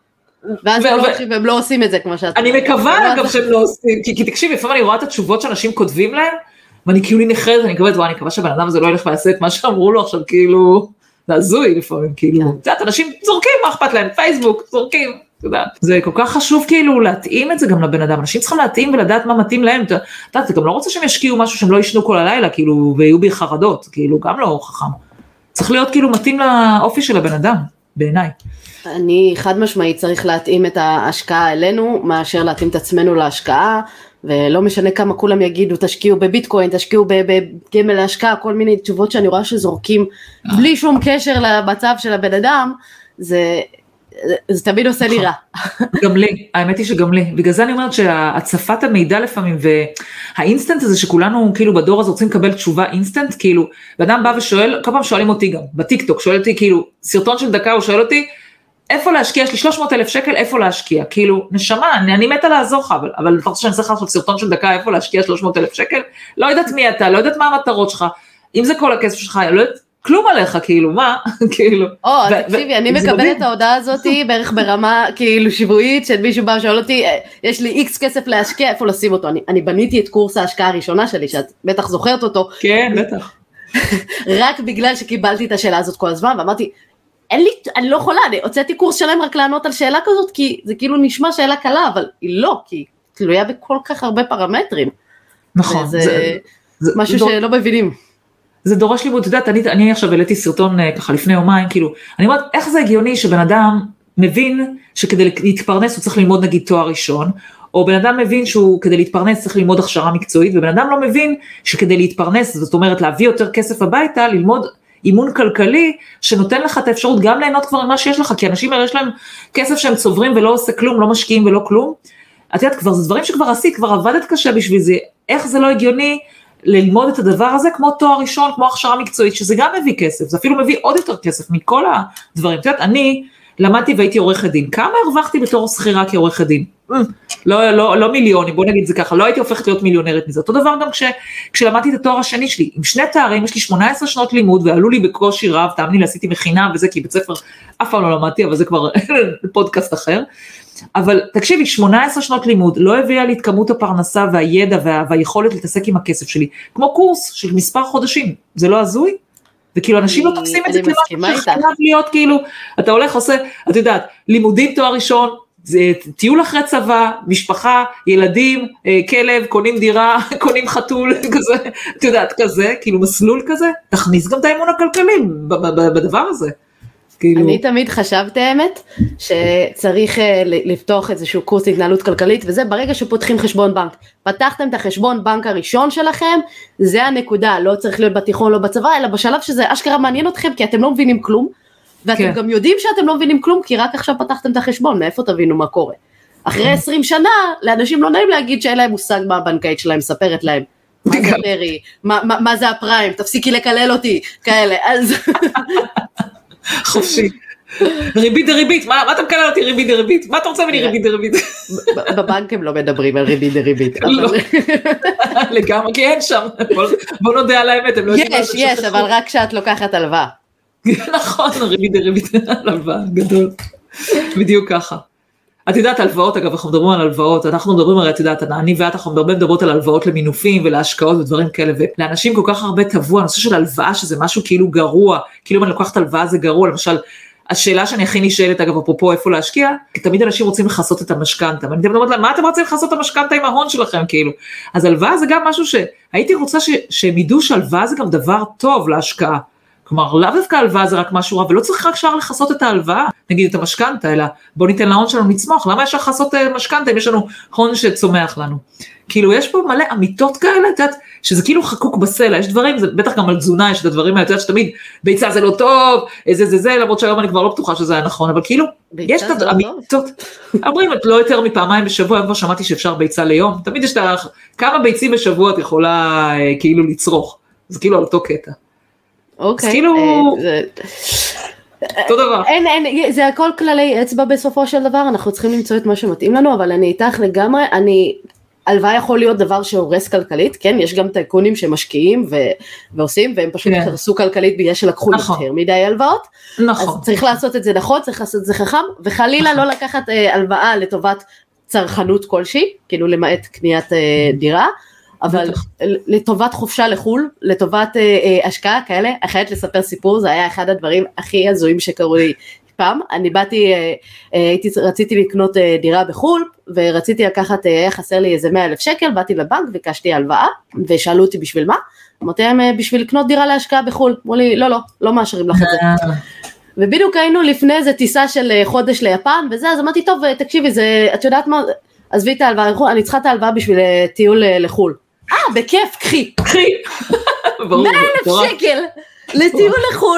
ואז הם לא עושים את זה, כמו שאתה. אני מקווה גם שהם לא עושים, כי תקשיב, לפעמים אני רואה את התשובות שאנשים כותבים להם, ואני כאילו נחרדת, אני מקווה, ואני מקווה שהבן אדם הזה לא ילך ויעשה את מה שאמרו לו עכשיו, כאילו, זה הזוי לפעמים, כאילו, את יודעת, אנשים זורקים, מה אכפת להם, פייסבוק, זורקים, אתה יודע, זה כל כך חשוב כאילו להתאים את זה גם לבן אדם, אנשים צריכים להתאים ולדעת מה מתאים להם, אתה יודע, אתה גם לא רוצה שהם ישקיעו משהו שהם לא ישנו כל הלילה, כאילו, ויהיו בי חרדות, כאילו, גם לא חכם, צריך להיות כאילו מתאים לאופי של הבן אדם, בעיניי. אני חד משמעית צריך להתאים את ההשקעה אלינו, מאשר להתאים את עצמנו להשקעה, ולא משנה כמה כולם יגידו, תשקיעו בביטקוין, תשקיעו בגמל להשקעה, כל מיני תשובות שאני רואה שזורקים, בלי שום קשר למצב של הבן אדם, זה, זה תמיד עושה לי רע. גם לי, האמת היא שגם לי, בגלל זה אני אומרת שהצפת המידע לפעמים, והאינסטנט הזה שכולנו כאילו בדור הזה רוצים לקבל תשובה אינסטנט, כאילו, ואדם בא ושואל, כל פעם שואלים אותי גם, בטיקטוק, שואל אותי כאילו, סרטון של דקה, הוא שואל אותי, איפה להשקיע, יש לי שלוש מאות אלף שקל, איפה להשקיע, כאילו, נשמה, אני, אני מתה לעזור לך, אבל, אבל אתה רוצה שאני צריך לעשות סרטון של דקה, איפה להשקיע שלוש מאות אלף שקל, לא יודעת מי אתה, לא יודעת מה המטרות שלך, אם זה כל הכסף שלך, לא יודעת, כלום עליך, כאילו, מה, כאילו. או, תקשיבי, אני מקבלת את ההודעה הזאת, בערך ברמה, כאילו, שבועית, של מישהו בא ושואל אותי, יש לי איקס כסף להשקיע, איפה לשים אותו, אני, אני בניתי את קורס ההשקעה הראשונה שלי, שאת בטח זוכרת אותו. כן, בטח. רק בגלל שקיבלתי את השאלה הזאת כל הזמן, ואמרתי, אין לי, אני לא יכולה, אני הוצאתי קורס שלם רק לענות על שאלה כזאת, כי זה כאילו נשמע שאלה קלה, אבל היא לא, כי היא תלויה בכל כך הרבה פרמטרים. נכון. זה, זה, זה משהו דור, שלא מבינים. זה דורש לימוד, אתה יודעת, אני, אני עכשיו העליתי סרטון ככה לפני יומיים, כאילו, אני אומרת, איך זה הגיוני שבן אדם מבין שכדי להתפרנס הוא צריך ללמוד נגיד תואר ראשון, או בן אדם מבין שהוא כדי להתפרנס צריך ללמוד הכשרה מקצועית, ובן אדם לא מבין שכדי להתפרנס, זאת אומרת להביא יותר כסף הביתה, ללמוד אימון כלכלי, שנותן לך את האפשרות גם ליהנות כבר ממה שיש לך, כי אנשים הרי יש להם כסף שהם צוברים ולא עושה כלום, לא משקיעים ולא כלום, את יודעת, כבר זה דברים שכבר עשית, כבר עבדת קשה בשביל זה, איך זה לא הגיוני ללמוד את הדבר הזה, כמו תואר ראשון, כמו הכשרה מקצועית, שזה גם מביא כסף, זה אפילו מביא עוד יותר כסף מכל הדברים, את יודעת, אני למדתי והייתי עורכת דין, כמה הרווחתי בתור שכירה כעורכת דין? לא, לא, לא מיליוני, בוא נגיד זה ככה, לא הייתי הופכת להיות מיליונרית מזה, אותו דבר גם כש, כשלמדתי את התואר השני שלי, עם שני תארים, יש לי שמונה עשרה שנות לימוד, ועלו לי בקושי רב, תאמני לי, עשיתי מכינה וזה, כי בית ספר אף פעם לא למדתי, אבל זה כבר פודקאסט אחר, אבל תקשיבי, שמונה עשרה שנות לימוד, לא הביאה לי את כמות הפרנסה והידע וה, והיכולת להתעסק עם הכסף שלי, כמו קורס של מספר חודשים, זה לא הזוי? וכאילו אנשים לא תופסים את זה כמשהו שחייב להיות, כאילו, אתה הולך, עושה, את יודעת, לימודים תואר ראשון, זה טיול אחרי צבא, משפחה, ילדים, כלב, קונים דירה, קונים חתול, כזה, את יודעת, כזה, כאילו מסלול כזה, תכניס גם את האמון הכלכלי בדבר הזה. אני תמיד חשבתי האמת, שצריך לפתוח איזשהו קורס התנהלות כלכלית, וזה ברגע שפותחים חשבון בנק, פתחתם את החשבון בנק הראשון שלכם, זה הנקודה, לא צריך להיות בתיכון, לא בצבא, אלא בשלב שזה אשכרה מעניין אתכם, כי אתם לא מבינים כלום, ואתם כן. גם יודעים שאתם לא מבינים כלום, כי רק עכשיו פתחתם את החשבון, מאיפה תבינו מה קורה. אחרי עשרים שנה, לאנשים לא נעים להגיד שאין להם מושג מה הבנקאית שלהם, ספרת להם, מה זה פרי, מה, מה, מה זה הפריים, תפסיקי לקלל אותי, כאלה, אז... חופשי. ריבית דריבית, מה, מה אתה מקלל אותי ריבית דריבית? מה אתה רוצה ממני ריבית דריבית? בבנק הם לא מדברים על ריבית דריבית. לגמרי, כי אין שם, בוא נודה על האמת. יש, יש, אבל רק כשאת לוקחת הלוואה. נכון, ריבית דריבית על הלוואה, גדול. בדיוק ככה. את יודעת, הלוואות, אגב, אנחנו מדברים על הלוואות, אנחנו מדברים הרי, את יודעת, אני ואת, אנחנו הרבה מדברות על הלוואות למינופים ולהשקעות ודברים כאלה, ולאנשים כל כך הרבה טבוע, הנושא של הלוואה, שזה משהו כאילו גרוע, כאילו אם אני לוקחת הלוואה זה גרוע, למשל, השאלה שאני הכי נשאלת, אגב, אפרופו איפה להשקיע, כי תמיד אנשים רוצים לחסות את המשכנתה, ואני תמיד אומרת להם, מה אתם רוצים לחסות את המשכנתה עם ההון שלכם, כאילו? אז הלוואה זה גם משהו שהייתי רוצה ש, שהם ידעו שהלוואה זה גם דבר טוב להשקעה, כלומר, לאו דווקא הלוואה זה רק משהו רע, ולא צריך רק שער לחסות את ההלוואה, נגיד את המשכנתה, אלא בוא ניתן להון שלנו לצמוח, למה יש לחסות משכנתה אם יש לנו הון שצומח לנו? כאילו, יש פה מלא אמיתות כאלה, את יודעת, שזה כאילו חקוק בסלע, יש דברים, זה בטח גם על תזונה, יש את הדברים האלה, את יודעת שתמיד, ביצה זה לא טוב, זה זה זה, למרות שהיום אני כבר לא בטוחה שזה היה נכון, אבל כאילו, יש את האמיתות, אומרים, את לא יותר מפעמיים בשבוע, אני כבר שמעתי שאפשר ביצה ליום, תמיד יש את כמה ביצים בשבוע את יכולה כאילו לצרוך, זה כאילו על אותו קטע. אוקיי. כאילו, אותו דבר. אין, אין, זה הכל כללי אצבע בסופו של דבר, אנחנו צריכים למצוא את מה שמתאים לנו, אבל אני איתך לגמרי, אני, הלוואה יכול להיות דבר שהורס כלכלית, כן, יש גם טייקונים שמשקיעים ו, ועושים, והם פשוט הרסו כלכלית בגלל שלקחו יותר מדי הלוואות, אז צריך לעשות את זה נכון, צריך לעשות את זה חכם, וחלילה לא לקחת הלוואה לטובת צרכנות כלשהי, כאילו למעט קניית דירה, אבל לטובת חופשה לחול, לטובת השקעה כאלה, אני חייבת לספר סיפור, זה היה אחד הדברים הכי הזויים שקרו לי פעם. אני באתי, הייתי, רציתי לקנות דירה בחול, ורציתי לקחת, היה חסר לי איזה מאה אלף שקל, באתי לבנק, ביקשתי הלוואה, ושאלו אותי בשביל מה? אמרתי להם, בשביל לקנות דירה להשקעה בחול. אמרו לי, לא, לא, לא מאשרים לך את זה. ובדיוק היינו לפני איזה טיסה של חודש ליפן, וזה, אז אמרתי, טוב, תקשיבי, זה, את יודעת מה, עזבי את ההלוואה, אני צריכה את ההלוואה בשביל טיול לחול. אה, בכיף, קחי. קחי. מאה אלף שקל לטיול לחול,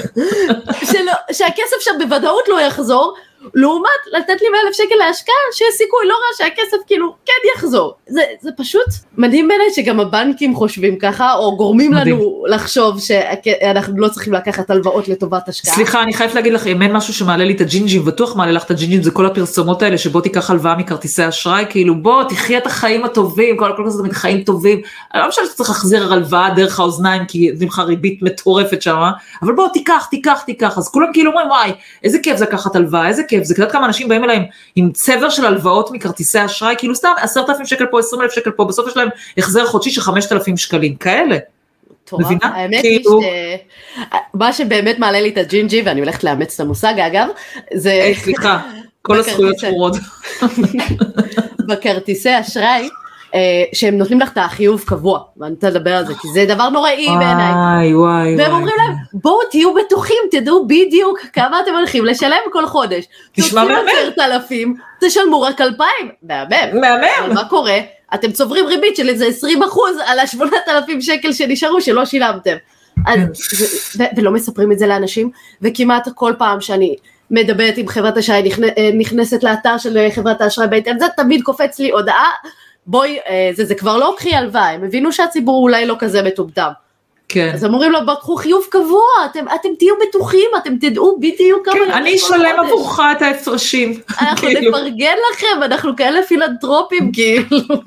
שהכסף שם בוודאות לא יחזור, לעומת לתת לי מאה אלף שקל להשקעה, שיש סיכוי לא רע שהכסף כאילו כן יחזור. זה, זה פשוט מדהים בעיניי שגם הבנקים חושבים ככה, או גורמים מדהים. לנו לחשוב שאנחנו לא צריכים לקחת הלוואות לטובת השקעה. סליחה, אני חייבת להגיד לך, אם אין משהו שמעלה לי את הג'ינג'ים, בטוח מעלה לך את הג'ינג'ים, זה כל הפרסומות האלה, שבוא תיקח הלוואה מכרטיסי אשראי, כאילו בוא תחיה את החיים הטובים, כל הכל כזה חיים טובים, אני לא משנה שאתה צריך להחזיר הלוואה דרך האוזניים, כי זה לך ריבית מטורפת שם, אבל בוא תיקח, תיקח, תיקח, אז כולם כאילו אומרים, וואי, איזה כיף זה לקחת הלוואה, איזה כיף, זה כדאי כמה אנשים באים אליהם עם צבר של הלוואות מכרטיסי אשראי, כאילו סתם עשרת אלפים שקל פה, עשרים אלף שקל פה, בסוף יש להם החזר חודשי של חמשת אלפים שקלים, כאלה. מבינה? האמת היא ש... מה שבאמת מעלה לי את הג'ינג'י, ואני הולכת לאמץ את המושג אגב, זה... סליחה, כל הזכויות שמורות. בכרטיסי אשראי, שהם נותנים לך את החיוב קבוע, ואני רוצה לדבר על זה, כי זה דבר נוראי בעיניי. וואי, וואי. והם אומרים להם, בואו תהיו בטוחים, תדעו בדיוק כמה אתם הולכים לשלם כל חודש. תשמע מהמם. עשרת אלפים, תשלמו רק אלפיים. מהמם. מהמם. אבל מה קורה? אתם צוברים ריבית של איזה עשרים אחוז על ה-שמונת אלפים שקל שנשארו שלא שילמתם. ולא מספרים את זה לאנשים, וכמעט כל פעם שאני מדברת עם חברת האשראי, נכנסת לאתר של חברת האשראי באינטרנט, זה תמיד קופץ לי הודעה, בואי, זה, זה כבר לא קחי הלוואה, הם הבינו שהציבור אולי לא כזה מטומטם. כן. אז אמורים לו, בקחו חיוב קבוע, אתם, אתם תהיו בטוחים, אתם תדעו בדיוק כמה... כן, אני אשלם עבורך את ההפרשים. אנחנו נפרגן לכם, אנחנו כאלה פילנטרופים, כאילו.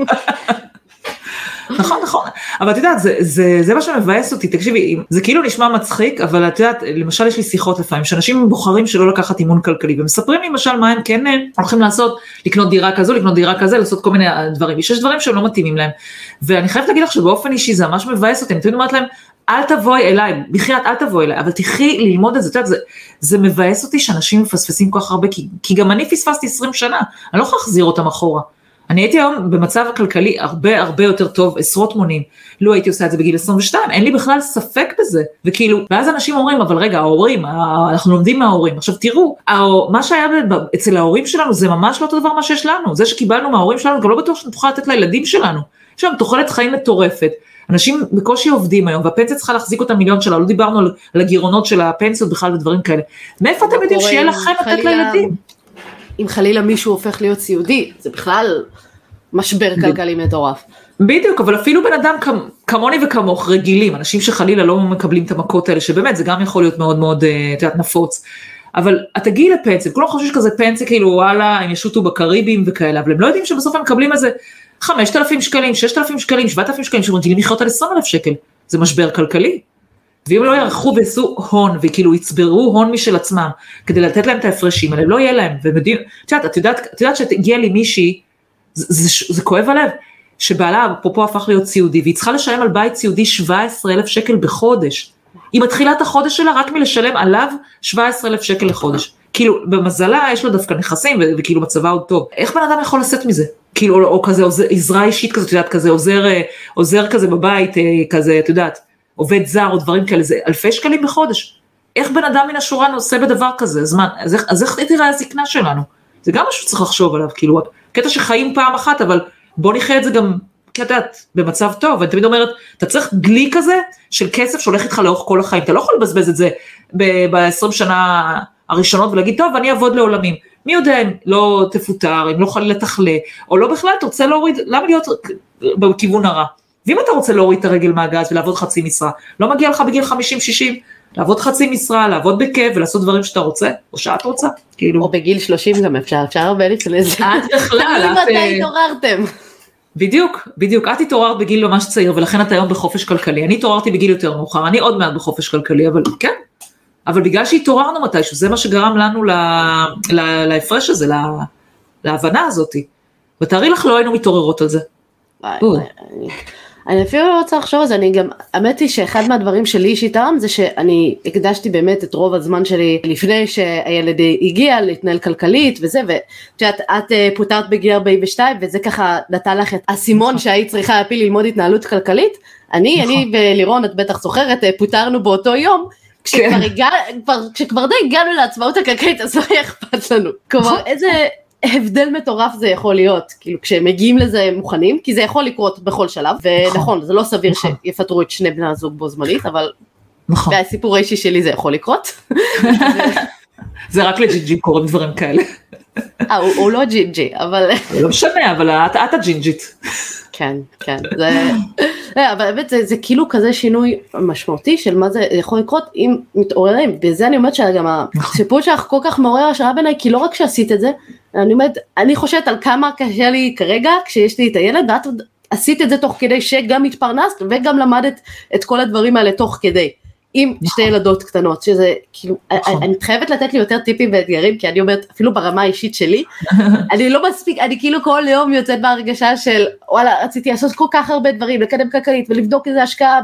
נכון, נכון, אבל את יודעת, זה, זה, זה מה שמבאס אותי, תקשיבי, זה כאילו נשמע מצחיק, אבל את יודעת, למשל יש לי שיחות לפעמים, שאנשים בוחרים שלא לקחת אימון כלכלי, ומספרים לי למשל מה הם כן הולכים לעשות, לקנות דירה כזו, לקנות דירה כזה, לעשות כל מיני דברים, יש דברים שהם לא מתאימים להם, ואני חייבת להגיד לך שבאופן אישי זה ממש מבאס אותי, אני תמיד אומרת להם, אל תבואי אליי, בחיית אל תבואי אליי, אבל תחי ללמוד את זה, את יודעת, זה, זה מבאס אותי שאנשים מפספסים כל כך הרבה, כי, כי גם אני פספסתי עשרים שנה, אני לא יכולה להחזיר אותם אחורה. אני הייתי היום במצב הכלכלי הרבה הרבה יותר טוב, עשרות מונים, לא הייתי עושה את זה בגיל עשרים ושתיים, אין לי בכלל ספק בזה, וכאילו, ואז אנשים אומרים, אבל רגע, ההורים, אנחנו לומדים מההורים, עכשיו תראו, מה שהיה אצל ההורים שלנו, זה ממש לא אותו דבר מה שיש לנו, זה שקיבלנו מההורים שלנו, גם לא בטוח שנוכל לתת לילדים שלנו, יש לנו תוחלת חיים מטורפת, אנשים בקושי עובדים היום, והפנסיה צריכה להחזיק אותם מיליון שלה, לא דיברנו על, על הגירעונות של הפנסיות בכלל ודברים כאלה, מאיפה אתם יודעים שיהיה לכם לתת לילדים? אם חלילה מישהו הופך להיות סיעודי, זה בכלל משבר כלכלי מטורף. בדיוק, אבל אפילו בן אדם כמוני וכמוך רגילים, אנשים שחלילה לא מקבלים את המכות האלה, שבאמת זה גם יכול להיות מאוד מאוד, את יודעת, נפוץ, אבל את תגיעי לפנסיה, כולם חושבים שכזה פנסיה, כאילו וואלה, הם ישוטו בקריבים וכאלה, אבל הם לא יודעים שבסוף הם מקבלים איזה חמשת אלפים שקלים, ששת אלפים שקלים, שבעת אלפים שקלים, שמרגילים לחיות על עשרים אלף שקל, זה משבר כלכלי. ואם לא יערכו ועשו הון, וכאילו יצברו הון משל עצמם, כדי לתת להם את ההפרשים, אבל לא יהיה להם, ומדיעים, את יודעת, את יודעת, את יודעת שתגיע לי מישהי, זה, זה, זה כואב הלב, שבעלה, אפרופו הפך להיות סיעודי, והיא צריכה לשלם על בית סיעודי שבעה עשר אלף שקל בחודש, היא מתחילה את החודש שלה רק מלשלם עליו שבעה עשר אלף שקל לחודש, כאילו במזלה יש לו דווקא נכסים, וכאילו מצבה עוד טוב, איך בן אדם יכול לשאת מזה? כאילו, או, או כזה, עזרה אישית כזה, את יודעת, כזה, עוזר, עוזר כזה בבית, כזה, את יודעת, עובד זר או דברים כאלה, זה אלפי שקלים בחודש. איך בן אדם מן השורה נושא בדבר כזה? זמן, אז, אז איך תראה הזקנה שלנו? זה גם משהו שצריך לחשוב עליו, כאילו, קטע שחיים פעם אחת, אבל בוא נחיה את זה גם, כי את יודעת, במצב טוב, ואני תמיד אומרת, אתה צריך גלי כזה של כסף שהולך איתך לאורך כל החיים, אתה לא יכול לבזבז את זה ב-עשרים שנה הראשונות, ולהגיד, טוב, אני אעבוד לעולמים. מי יודע אם לא תפוטר, אם לא חלילה תחלה, או לא בכלל, אתה רוצה להוריד, למה להיות בכיוון הרע? ואם אתה רוצה להוריד את הרגל מהגז ולעבוד חצי משרה, לא מגיע לך בגיל חמישים שישים, לעבוד חצי משרה, לעבוד בכיף ולעשות דברים שאתה רוצה, או שאת רוצה, כאילו. או בגיל שלושים גם אפשר, אפשר הרבה לפני זה. את בכלל, את... מתי התעוררתם? בדיוק, בדיוק, את התעוררת בגיל ממש צעיר, ולכן את היום בחופש כלכלי, אני התעוררתי בגיל יותר מאוחר, אני עוד מעט בחופש כלכלי, אבל כן, אבל בגלל שהתעוררנו מתישהו, זה מה שגרם לנו להפרש הזה, להבנה הזאת, ותארי לך לא היינו מתעוררות על זה. אני אפילו לא רוצה לחשוב על זה, אני גם, האמת היא שאחד מהדברים שלי אישית תרם, זה שאני הקדשתי באמת את רוב הזמן שלי, לפני שהילד הגיע להתנהל כלכלית וזה, ואת את פוטרת בגיל ארבעים ושתיים, וזה ככה נתן לך את הסימון שהיית צריכה להפיל ללמוד התנהלות כלכלית, אני, אני ולירון, את בטח זוכרת, פוטרנו באותו יום, כשכבר הגענו, כשכבר די הגענו לעצמאות הכלכלית, אז לא היה אכפת לנו, כלומר איזה הבדל מטורף זה יכול להיות, כאילו כשמגיעים לזה מוכנים, כי זה יכול לקרות בכל שלב, ונכון, זה לא סביר שיפטרו את שני בני הזוג בו זמנית, אבל והסיפור האישי שלי זה יכול לקרות. זה רק לג'ינג'י קוראים דברים כאלה. אה, הוא לא ג'ינג'י, אבל... לא משנה, אבל את הג'ינג'ית. כן, כן, אבל באמת זה כאילו כזה שינוי משמעותי של מה זה יכול לקרות אם מתעוררים, וזה אני אומרת שגם הסיפור שלך כל כך מעורר השראה בעיניי, כי לא רק שעשית את זה, אני אומרת, אני חושבת על כמה קשה לי כרגע כשיש לי את הילד, ואת עשית את זה תוך כדי שגם התפרנסת וגם למדת את כל הדברים האלה תוך כדי, עם שתי ילדות קטנות, שזה כאילו, אני חייבת לתת לי יותר טיפים ואתגרים, כי אני אומרת, אפילו ברמה האישית שלי, אני לא מספיק, אני כאילו כל יום יוצאת בהרגשה של, וואלה, רציתי לעשות כל כך הרבה דברים, לקדם כלכלית, ולבדוק איזה השקעה,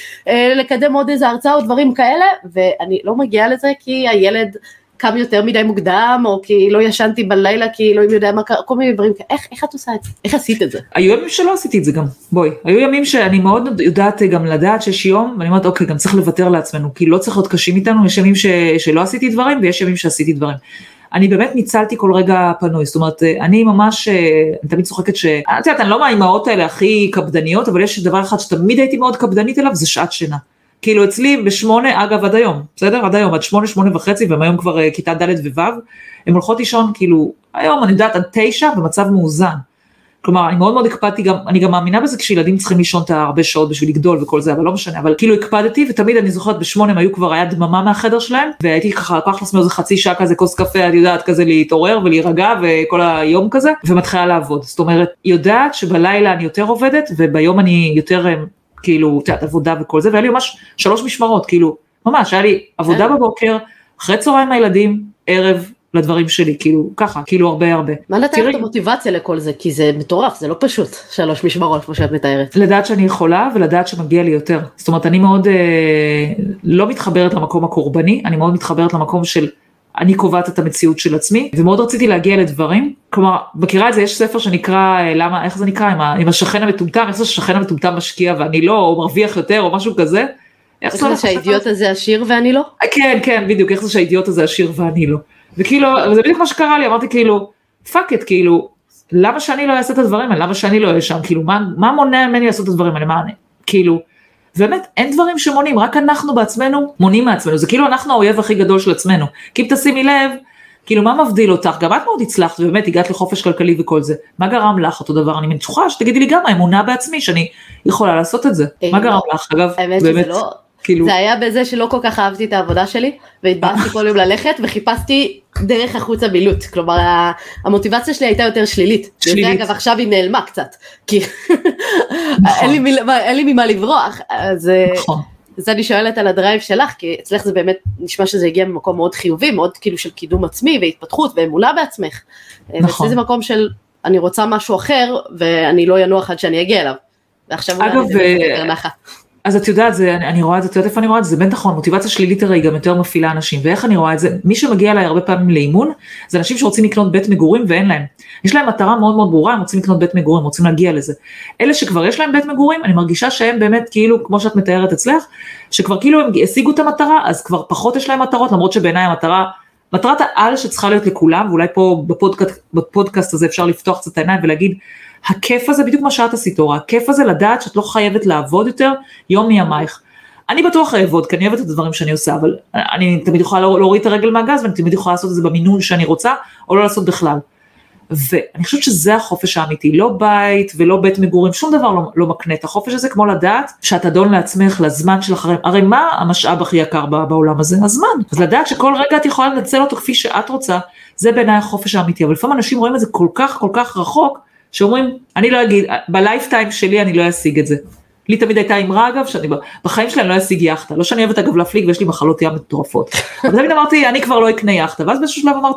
ולקדם עוד איזה הרצאה או דברים כאלה, ואני לא מגיעה לזה, כי הילד קם יותר מדי מוקדם, או כי לא ישנתי בלילה, כי לא יודע מה קרה, כל מיני דברים, איך, איך את עושה את זה? איך עשית את זה? היו ימים שלא עשיתי את זה גם, בואי, היו ימים שאני מאוד יודעת גם לדעת שיש יום, ואני אומרת, אוקיי, גם צריך לוותר לעצמנו, כי לא צריך להיות קשים איתנו, יש ימים ש, שלא עשיתי דברים, ויש ימים שעשיתי דברים. אני באמת ניצלתי כל רגע פנוי, זאת אומרת, אני ממש, אני תמיד צוחקת ש... אני יודעת, אני לא מהאימהות האלה הכי קפדניות, אבל יש דבר אחד שתמיד הייתי מאוד קפדנית אליו, זה שעת שינה. כאילו אצלי בשמונה, אגב עד היום, בסדר? עד היום, עד שמונה, שמונה וחצי, והם היום כבר כיתה ד' וו', הם הולכות לישון, כאילו, היום אני יודעת עד תשע, במצב מאוזן. כלומר, אני מאוד מאוד הקפדתי גם, אני גם מאמינה בזה כשילדים צריכים לישון את הרבה שעות בשביל לגדול וכל זה, אבל לא משנה, אבל כאילו הקפדתי, ותמיד אני זוכרת בשמונה הם היו כבר, היה דממה מהחדר שלהם, והייתי ככה, לקח לעצמי איזה חצי שעה כזה, כוס קפה, את יודעת, כזה להתעורר ולהירגע, וכל היום כזה, ומתחילה לעבוד. זאת אומרת, יודעת שבלילה אני יותר עובדת, וביום אני יותר כאילו, תעת, עבודה וכל זה, והיה לי ממש שלוש משמרות, כאילו, ממש, היה לי עבודה בבוקר, אחרי צהריים הילדים, ערב לדברים שלי, כאילו, ככה, כאילו הרבה הרבה. מה נתן את המוטיבציה לכל זה? כי זה מטורף, זה לא פשוט, שלוש משמרות, כמו שאת מתארת. לדעת שאני יכולה, ולדעת שמגיע לי יותר. זאת אומרת, אני מאוד, אה, לא מתחברת למקום הקורבני, אני מאוד מתחברת למקום של, אני קובעת את המציאות של עצמי, ומאוד רציתי להגיע לדברים, כלומר, מכירה את זה, יש ספר שנקרא, למה, איך זה נקרא, עם, עם השכן המטומטם, איך זה ששכן המטומטם משקיע ואני לא, או מרוויח יותר, או משהו כזה. איך זה שהאידיוט הזה עשיר ואני לא? כן, כן, בדיוק, איך זה שהאידיוט הזה עשיר ואני לא. וכאילו, זה בדיוק מה שקרה לי, אמרתי כאילו, פאק את, כאילו, למה שאני לא אעשה את הדברים האלה, למה שאני לא אהיה שם, כאילו, מה, מה מונע ממני לעשות את הדברים האלה, מה אני, כאילו, באמת, אין דברים שמונים, רק אנחנו בעצמנו מונים מעצמנו, זה כאילו אנחנו האויב הכי גדול של עצמנו, כי אם תשימי לב, כאילו מה מבדיל אותך, גם את מאוד הצלחת, ובאמת הגעת לחופש כלכלי וכל זה, מה גרם לך אותו דבר, אני מנצוחה, שתגידי לי גם האמונה בעצמי, שאני יכולה לעשות את זה, מה גרם לך, אגב, באמת, כאילו... זה היה בזה שלא כל כך אהבתי את העבודה שלי, והתבאסתי כל יום ללכת, וחיפשתי דרך החוץ הבילוט, כלומר, המוטיבציה שלי הייתה יותר שלילית, שלילית. וזה אגב עכשיו היא נעלמה קצת, כי אין לי ממה לברוח, אז זה אני שואלת על הדרייב שלך, כי אצלך זה באמת נשמע שזה הגיע ממקום מאוד חיובי, מאוד כאילו של קידום עצמי, והתפתחות, ואמונה בעצמך, ואצלי זה מקום של, אני רוצה משהו אחר, ואני לא ינוח עד שאני אגיע אליו, ועכשיו אולי אני יותר נחה. אז את יודעת, זה, אני רואה את זה, את יודעת איפה אני רואה את זה, זה בין נכון, מוטיבציה שלילית הרי גם יותר מפעילה אנשים, ואיך אני רואה את זה, מי שמגיע אליי הרבה פעמים לאימון, זה אנשים שרוצים לקנות בית מגורים ואין להם, יש להם מטרה מאוד מאוד ברורה, הם רוצים לקנות בית מגורים, רוצים להגיע לזה, אלה שכבר יש להם בית מגורים, אני מרגישה שהם באמת כאילו, כמו שאת מתארת אצלך, שכבר כאילו הם השיגו את המטרה, אז כבר פחות יש להם מטרות, למרות שבעיניי המטרה, מטרת העל שצריכה להיות לכולם, ואולי פה בפודקאסט, בפודקאסט הזה אפשר לפתוח קצת העיניים ולהגיד, הכיף הזה, בדיוק מה שאת עשית אורה, הכיף הזה לדעת שאת לא חייבת לעבוד יותר יום מימייך. אני בטוח אעבוד, כי אני אוהבת את הדברים שאני עושה, אבל אני תמיד יכולה להוריד את הרגל מהגז, ואני תמיד יכולה לעשות את זה במינון שאני רוצה, או לא לעשות בכלל. ואני חושבת שזה החופש האמיתי, לא בית ולא בית מגורים, שום דבר לא, לא מקנה את החופש הזה, כמו לדעת שאת אדון לעצמך לזמן של אחרים, הרי מה המשאב הכי יקר בעולם הזה? הזמן. אז לדעת שכל רגע את יכולה לנצל אותו כפי שאת רוצה, זה בעיניי החופש האמיתי, אבל לפעמים אנשים רואים את זה כל כך כל כך רחוק, שאומרים, אני לא אגיד, בלייפטיים שלי אני לא אשיג את זה. לי תמיד הייתה אמרה אגב, שאני בחיים שלי אני לא אשיג יחטה, לא שאני אוהבת אגב להפליג ויש לי מחלות ים מטורפות. אבל תמיד אמרתי, אני כבר לא אקנה יחטה, ואז באיזשהו שלב אמרתי,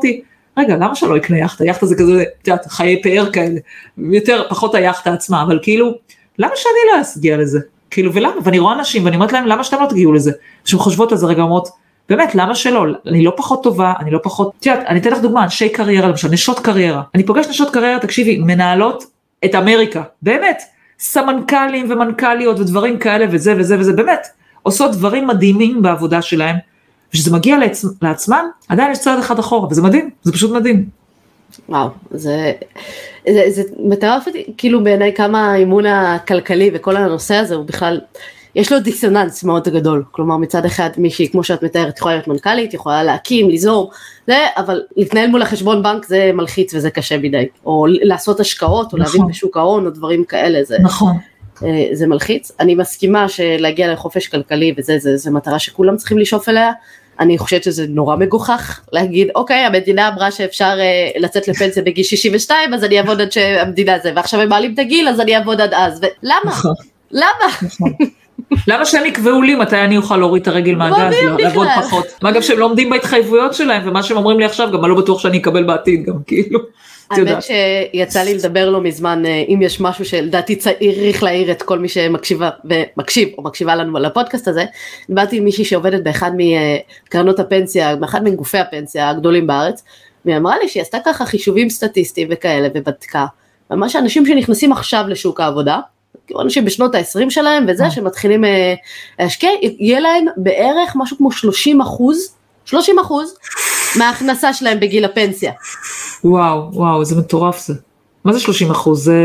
רגע, למה שלא יקנה יחטה? יחטה זה כזה, את יודעת, חיי פאר כאלה, יותר, פחות היחטה עצמה, אבל כאילו, למה שאני לא אגיע לזה? כאילו, ולמה? ואני רואה אנשים, ואני אומרת להם, למה שאתם לא תגיעו לזה? שהן חושבות על זה רגע, אומרות, באמת, למה שלא? אני לא פחות טובה, אני לא פחות, את יודעת, אני אתן לך דוגמה, אנשי קריירה, למשל, נשות קריירה. אני פוגש נשות קריירה, תקשיבי, מנהלות את אמריקה, באמת, סמנכ"לים ומנכ"ליות ודברים כאלה וזה וזה וזה, באמת, עושות דברים מדהימים בעבודה שלהם, ושזה מגיע לעצ... לעצמם, עדיין יש צעד אחד אחורה, וזה מדהים, זה פשוט מדהים. וואו, זה, זה, זה מטרף אותי, כאילו בעיניי כמה האימון הכלכלי וכל הנושא הזה, הוא בכלל, יש לו דיסוננס מאוד גדול, כלומר מצד אחד מישהי, כמו שאת מתארת, יכולה להיות מנכ"לית, יכולה להקים, ליזום, זה, אבל להתנהל מול החשבון בנק זה מלחיץ וזה קשה מדי, או לעשות השקעות, או נכון. להבין בשוק ההון, או דברים כאלה, זה, נכון. זה מלחיץ. אני מסכימה שלהגיע לחופש כלכלי, וזה זה, זה מטרה שכולם צריכים לשאוף אליה, אני חושבת שזה נורא מגוחך, להגיד, אוקיי, המדינה אמרה שאפשר uh, לצאת לפנסיה בגיל שישים ושתיים, אז אני אעבוד עד שהמדינה זה, ועכשיו הם מעלים את הגיל, אז אני אעבוד עד אז, ולמה? נכון. למה? נכון. למה שהם יקבעו לי מתי אני אוכל להוריד את הרגל מהגז, לעבוד פחות? מה גם שהם לא עומדים בהתחייבויות שלהם, ומה שהם אומרים לי עכשיו, גם אני לא בטוח שאני אקבל בעתיד, גם כאילו. האמת שיצא לי לדבר לו מזמן, אם יש משהו שלדעתי צריך להעיר את כל מי שמקשיבה ומקשיב או מקשיבה לנו על הפודקאסט הזה, דיברתי עם מישהי שעובדת באחד מקרנות הפנסיה, באחד מגופי הפנסיה הגדולים בארץ, והיא אמרה לי שהיא עשתה ככה חישובים סטטיסטיים וכאלה, ובדקה, ממש אנשים שנכנסים עכשיו לשוק העבודה, אנשים בשנות ה-עשרים שלהם וזה, שמתחילים להשקיע, יהיה להם בערך משהו כמו שלושים אחוז, שלושים אחוז מההכנסה שלהם בגיל הפנסיה. וואו, וואו, זה מטורף זה. מה זה שלושים אחוז? זה...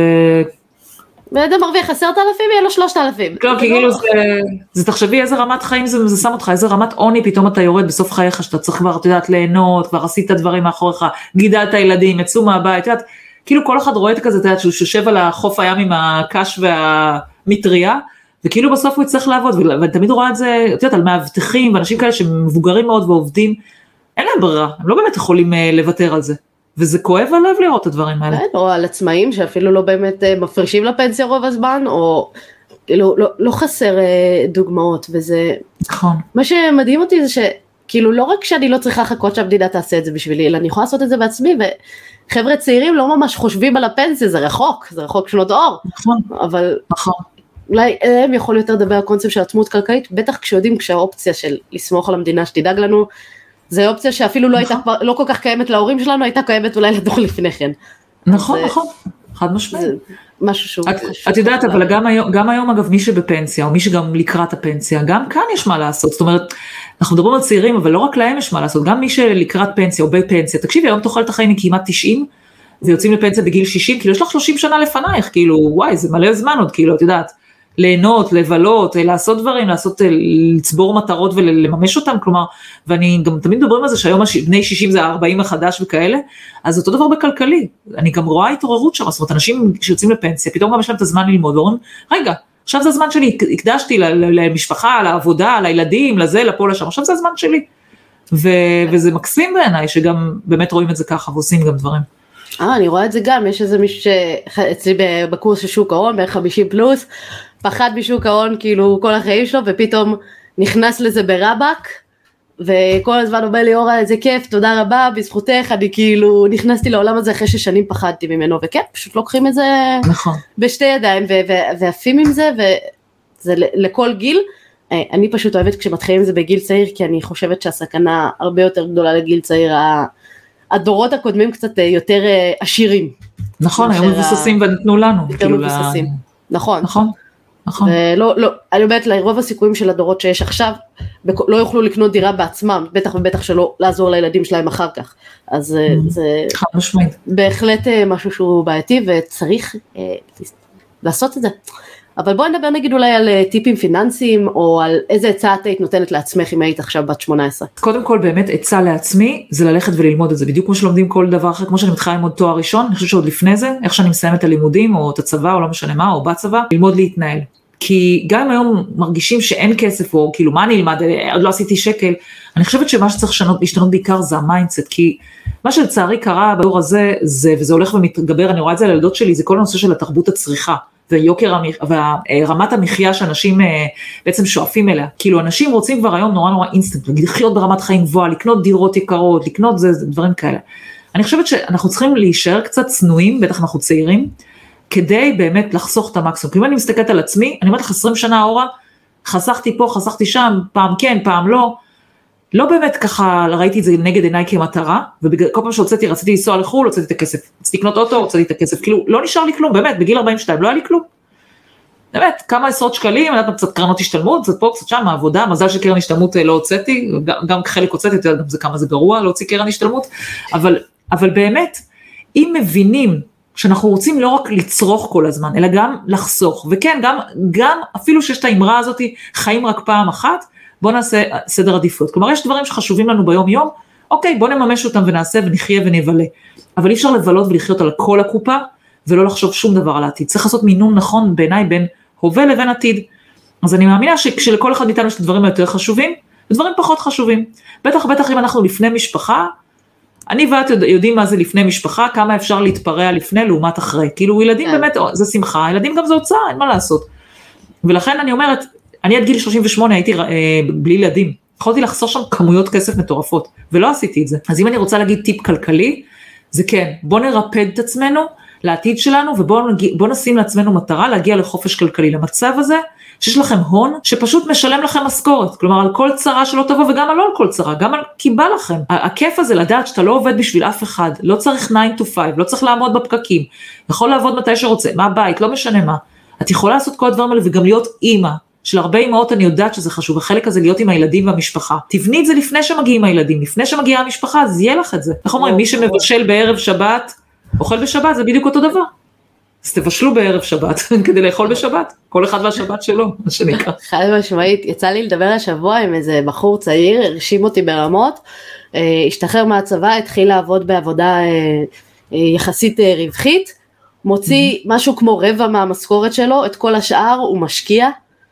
ואדם מרוויח עשרת אלפים, יהיה לו שלושת אלפים. לא, כי כאילו זה, זה תחשבי איזה רמת חיים זה, זה שם אותך, איזה רמת עוני פתאום אתה יורד בסוף חייך, שאתה צריך כבר, אתה יודעת, ליהנות, כבר עשית דברים מאחוריך, גידלת הילדים, יצאו מהבית, אתה יודעת, כאילו כל אחד רואה את כזה, אתה יודעת, שהוא שושב על החוף הים עם הקש והמטריה, וכאילו בסוף הוא יצטרך לעבוד, ואני תמיד רואה את זה, אתה יודעת, על מאבטחים, ואנשים כאלה שמבוגרים מאוד ועובדים, אין להם ברירה, הם לא באמת יכולים לוותר על זה. וזה כואב הלב לראות את הדברים האלה. או על עצמאים שאפילו לא באמת מפרישים לפנסיה רוב הזמן, או כאילו לא, לא חסר דוגמאות, וזה... נכון. מה שמדהים אותי זה שכאילו לא רק שאני לא צריכה לחכות שהמדינה תעשה את זה בשבילי, אלא אני יכולה לעשות את זה בעצמי, וחבר'ה צעירים לא ממש חושבים על הפנסיה, זה רחוק, זה רחוק שנות אור. נכון. אבל... נכון. אולי הם יכול יותר לדבר על קונספט של עצמות כלכלית, בטח כשיודעים כשהאופציה של לסמוך על המדינה שתדאג לנו, זה אופציה שאפילו לא הייתה, לא כל כך קיימת להורים שלנו, הייתה קיימת אולי לדור לפני כן. נכון, נכון, חד משמעית. משהו שהוא... את יודעת, אבל גם היום אגב מי שבפנסיה, או מי שגם לקראת הפנסיה, גם כאן יש מה לעשות, זאת אומרת, אנחנו מדברים על צעירים, אבל לא רק להם יש מה לעשות, גם מי שלקראת פנסיה או בפנסיה, תקשיבי, היום תוחלת החיים היא כמעט תשעים, ויוצאים לפנסיה בגיל שישים, כאילו יש לך שלושים שנה לפנייך, כאילו וואי, זה מלא זמן עוד, כאילו, את יודעת, ליהנות, לבלות, לעשות דברים, לעשות, לצבור מטרות ולממש אותם, כלומר, ואני גם תמיד מדברים על זה שהיום בני שישים זה ארבעים החדש וכאלה, אז אותו דבר בכלכלי, אני גם רואה התעוררות שם, זאת אומרת, אנשים שיוצאים לפנסיה, פתאום גם יש להם את הזמן ללמוד, ואומרים, רגע, עכשיו זה הזמן שלי, הקדשתי למשפחה, לעבודה, לילדים, לזה, לפה, לשם, עכשיו זה הזמן שלי, וזה מקסים בעיניי, שגם באמת רואים את זה ככה, ועושים גם דברים. אה, אני רואה את זה גם, יש איזה מישהו שאצלי בקורס של שוק ההון, בערך חמישים פלוס, פחד משוק ההון כאילו כל החיים שלו, ופתאום נכנס לזה ברבק, וכל הזמן אומר לי, אורה, איזה כיף, תודה רבה, בזכותך, אני כאילו נכנסתי לעולם הזה אחרי ששנים פחדתי ממנו, וכן, פשוט לוקחים את זה נכון. בשתי ידיים, ועפים עם זה, וזה לכל גיל. אני פשוט אוהבת כשמתחילים את זה בגיל צעיר, כי אני חושבת שהסכנה הרבה יותר גדולה לגיל צעיר, הדורות הקודמים קצת יותר עשירים. נכון, היום מבוססים ונתנו לנו. יותר מבוססים, נכון. נכון. נכון. לא, לא, אני אומרת, לרוב הסיכויים של הדורות שיש עכשיו, לא יוכלו לקנות דירה בעצמם, בטח ובטח שלא לעזור לילדים שלהם אחר כך. אז זה בהחלט משהו שהוא בעייתי, וצריך לעשות את זה. אבל בואי נדבר נגיד אולי על טיפים פיננסיים, או על איזה עצה את היית נותנת לעצמך אם היית עכשיו בת שמונה עשרה. קודם כל באמת עצה לעצמי, זה ללכת וללמוד את זה, בדיוק כמו שלומדים כל דבר אחר, כמו שאני מתחילה ללמוד תואר ראשון, אני חושבת שעוד לפני זה, איך שאני מסיים את הלימודים, או את הצבא, או לא משנה מה, או בצבא, ללמוד להתנהל. כי גם היום מרגישים שאין כסף, או כאילו מה אני אלמד, עוד לא עשיתי שקל, אני חושבת שמה שצריך לשנות, להשתנות בעיקר זה המיינדסט, כי מה שלצערי קרה בדור הזה, זה, וזה הולך ומתגבר, אני רואה את זה על הילדות שלי, זה כל הנושא של התרבות הצריכה, ויוקר, ורמת המחיה שאנשים בעצם שואפים אליה, כאילו אנשים רוצים כבר היום נורא נורא אינסטנט, לחיות ברמת חיים גבוהה, לקנות דירות יקרות, לקנות זה, זה דברים כאלה. אני חושבת שאנחנו צריכים להישאר קצת צנועים, בטח אנחנו צעירים, כדי באמת לחסוך את המקסימום. כי אם אני מסתכלת על עצמי, אני אומרת לך עשרים שנה אורה, חסכתי פה, חסכתי שם, פעם כן, פעם לא, לא באמת ככה ראיתי את זה נגד עיניי כמטרה, וכל פעם שהוצאתי, רציתי לנסוע לחול, הוצאתי את הכסף, רציתי לקנות אוטו, הוצאתי את הכסף, כאילו לא נשאר לי כלום, באמת, בגיל ארבעים ושתיים לא היה לי כלום. באמת, כמה עשרות שקלים, אני יודעת, קצת קרנות השתלמות, קצת פה, קצת שם, העבודה, מזל שקרן השתלמות לא הוצאתי, גם חלק הוצאתי, גם זה כמה זה גרוע להוציא קרן השתלמות, אבל, אבל באמת, אם מבינים שאנחנו רוצים לא רק לצרוך כל הזמן, אלא גם לחסוך, וכן, גם, גם אפילו שיש את האמרה הזאת, חיים רק פעם אחת, בוא נעשה סדר עדיפות. כלומר, יש דברים שחשובים לנו ביום יום, אוקיי, בוא נממש אותם ונעשה ונחיה ונבלה. אבל אי אפשר לבלות ולחיות על כל הקופה, ולא לחשוב שום דבר על העתיד. צריך לעשות מינון נכון בעיניי בין הווה לבין עתיד. אז אני מאמינה שכשלכל אחד מאיתנו יש דברים יותר חשובים, ודברים פחות חשובים. בטח, בטח אם אנחנו לפני משפחה, אני ואת יודעים מה זה לפני משפחה, כמה אפשר להתפרע לפני לעומת אחרי. כאילו ילדים באמת, זה שמחה, ילדים גם זה הוצאה, אין מה לעשות. ולכן אני אומרת, אני עד גיל שלושים ושמונה הייתי אה, בלי ילדים, יכולתי לחסוך שם כמויות כסף מטורפות, ולא עשיתי את זה. אז אם אני רוצה להגיד טיפ כלכלי, זה כן, בוא נרפד את עצמנו לעתיד שלנו, ובוא נשים לעצמנו מטרה להגיע לחופש כלכלי. למצב הזה, שיש לכם הון, שפשוט משלם לכם משכורת, כלומר על כל צרה שלא תבוא, וגם על לא על כל צרה, גם על קיבה לכם. הכיף הזה לדעת שאתה לא עובד בשביל אף אחד, לא צריך nine to five, לא צריך לעמוד בפקקים, יכול לעבוד מתי שרוצה, מה הבית, לא משנה מה. את יכולה לעשות כל הדברים האלה, וגם להיות אימא, של הרבה אימהות אני יודעת שזה חשוב, החלק הזה להיות עם הילדים והמשפחה. תבני את זה לפני שמגיעים הילדים, לפני שמגיעה המשפחה, אז יהיה לך את זה. איך אומרים, מי שמבשל בערב שבת, אוכל בשבת, זה בדיוק אותו דבר. אז תבשלו בערב שבת, כדי לאכול בשבת, כל אחד והשבת שלו, מה שנקרא. חד משמעית, יצא לי לדבר השבוע עם איזה בחור צעיר, הרשים אותי ברמות, השתחרר מהצבא, התחיל לעבוד בעבודה יחסית רווחית, מוציא משהו כמו רבע מהמשכורת שלו, את כל השאר הוא משקיע,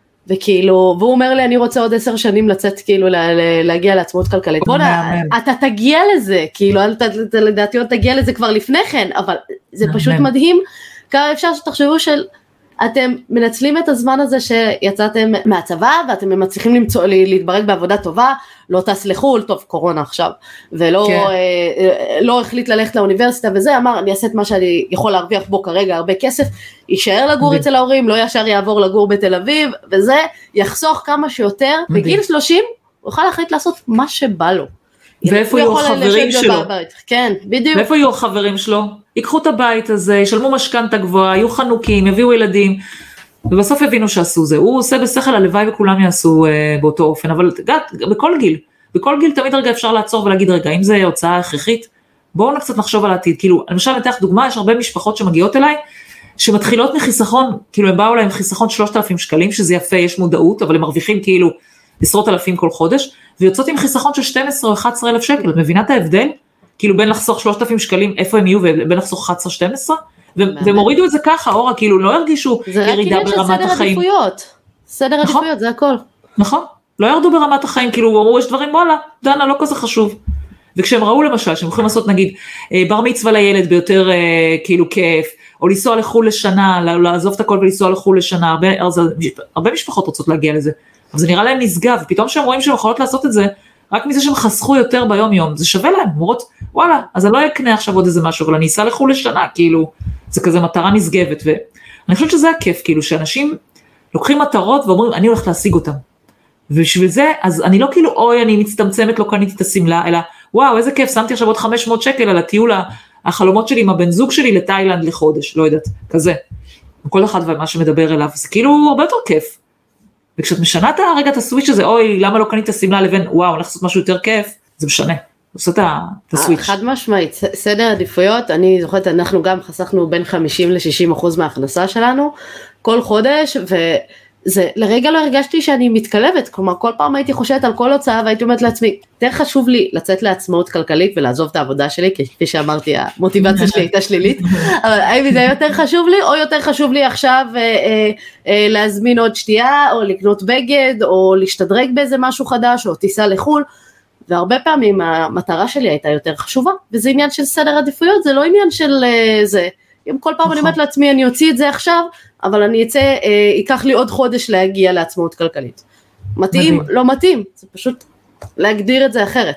וכאילו, והוא אומר לי, אני רוצה עוד עשר שנים לצאת, כאילו, להגיע לעצמאות כלכלית. בוא נה, אתה תגיע לזה, כאילו, לדעתי עוד תגיע לזה כבר לפני כן, אבל זה פשוט מדהים, כמה אפשר שתחשבו של, אתם מנצלים את הזמן הזה שיצאתם מהצבא, ואתם מצליחים למצוא, להתברג בעבודה טובה, לא טס לחול, טוב, קורונה עכשיו, ולא כן. אה, לא החליט ללכת לאוניברסיטה וזה, אמר, אני אעשה את מה שאני יכול להרוויח בו כרגע, הרבה כסף, יישאר לגור מדהים. אצל ההורים, לא ישר יעבור לגור בתל אביב, וזה יחסוך כמה שיותר, מדהים. בגיל שלושים, הוא יכול להחליט לעשות מה שבא לו. ואיפה יהיו החברים שלו? כן, בדיוק. ואיפה יהיו החברים שלו? ייקחו את הבית הזה, ישלמו משכנתא גבוהה, יהיו חנוקים, יביאו ילדים, ובסוף הבינו שעשו זה. הוא עושה בשכל הלוואי וכולם יעשו אה, באותו אופן, אבל גת, בכל גיל, בכל גיל תמיד רגע אפשר לעצור ולהגיד רגע, אם זה הוצאה הכרחית, בואו קצת נחשוב על העתיד. כאילו, למשל נתח דוגמה, יש הרבה משפחות שמגיעות אליי, שמתחילות מחיסכון, כאילו הם באו להם חיסכון שלושת אלפים שקלים, שזה יפה, יש מודעות, אבל הם מרוויחים כאילו עשרות אלפים כל חודש, ויוצאות עם חיסכון של שנים עשר או אחת עשרה אלף שקל, את מבינה את ההבדל? כאילו בין לחסוך שלושת אלפים שקלים, איפה הם יהיו, ובין לחסוך אחת עשרה שתים עשרה, והם הורידו את זה ככה, אורה, כאילו לא הרגישו ירידה ברמת החיים. זה רק עניין של סדר עדיפויות, סדר עדיפויות, זה הכל. נכון, לא ירדו ברמת החיים, כאילו אמרו, יש דברים, וואלה, דנה, לא כזה חשוב. וכשהם ראו למשל, שהם יכולים לעשות נגיד, בר מצווה לילד ביותר כאילו כיף, או לנסוע לחול לשנה, לעזוב את הכל ולנסוע לחול לשנה, הרבה, הרבה משפחות רוצות להגיע לזה, אבל זה נראה להם נשגב, ופתאום שהם רואים שהם יכולות לעשות את זה, רק מזה שהם חסכו יותר ביום יום, זה שווה להם, אומרות, וואלה, אז אני לא אקנה עכשיו עוד איזה משהו, אבל אני אסע לחול לשנה, כאילו, זה כזה מטרה נשגבת, ואני חושבת שזה הכיף, כאילו, שאנשים לוקחים מטרות ואומרים, אני הולך להשיג אותם, ובשביל זה, אז אני לא כאילו, אוי, אני מצטמצמת, לא קניתי את הסמלה, אלא, וואו, איזה כיף, שמתי עכשיו עוד חמש מאות שקל על הטיול החלומות שלי עם הבן זוג שלי לתאילנד לחודש, לא יודעת, כזה. כל אחד ומה שמדבר אליו, זה כאילו הרבה יותר כיף. וכשאת משנה את הרגע את הסוויץ' הזה, אוי, למה לא קנית הסמלה לבין, וואו, אני הולך לעשות משהו יותר כיף, זה משנה. עושה את הסוויץ'. חד משמעית, סדר עדיפויות, אני זוכרת, אנחנו גם חסכנו בין חמישים לשישים אחוז מההכנסה שלנו, כל חודש, וזה, לרגע לא הרגשתי שאני מתקלבת, כלומר, כל פעם הייתי חושבת על כל הוצאה, והייתי אומרת לעצמי, יותר חשוב לי לצאת לעצמאות כלכלית, ולעזוב את העבודה שלי, כי כפי שאמרתי, המוטיבציה שלי הייתה שלילית, אבל האם זה יותר חשוב לי, או יותר חשוב לי עכשיו אה, אה, אה, להזמין עוד שתייה, או לקנות בגד, או להשתדרג באיזה משהו חדש, או טיסה לחול, והרבה פעמים המטרה שלי הייתה יותר חשובה, וזה עניין של סדר עדיפויות, זה לא עניין של uh, זה, אם כל פעם אני אומרת לעצמי, אני אוציא את זה עכשיו, אבל אני אצא, uh, ייקח לי עוד חודש להגיע לעצמאות כלכלית. מתאים, לא מתאים, זה פשוט להגדיר את זה אחרת.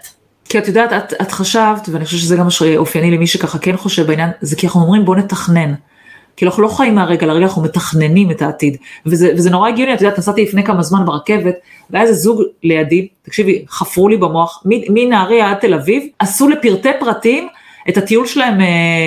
כי את יודעת, את, את חשבת, ואני חושבת שזה גם אופייני למי שככה כן חושב בעניין, זה כי אנחנו אומרים בוא נתכנן. כי אנחנו לא חיים מהרגע לרגע, אנחנו מתכננים את העתיד. וזה, וזה נורא הגיוני, את יודעת, נסעתי לפני כמה זמן ברכבת, והיה איזה זוג לידי, תקשיבי, חפרו לי במוח, מנהריה עד תל אביב, עשו לפרטי פרטים את הטיול שלהם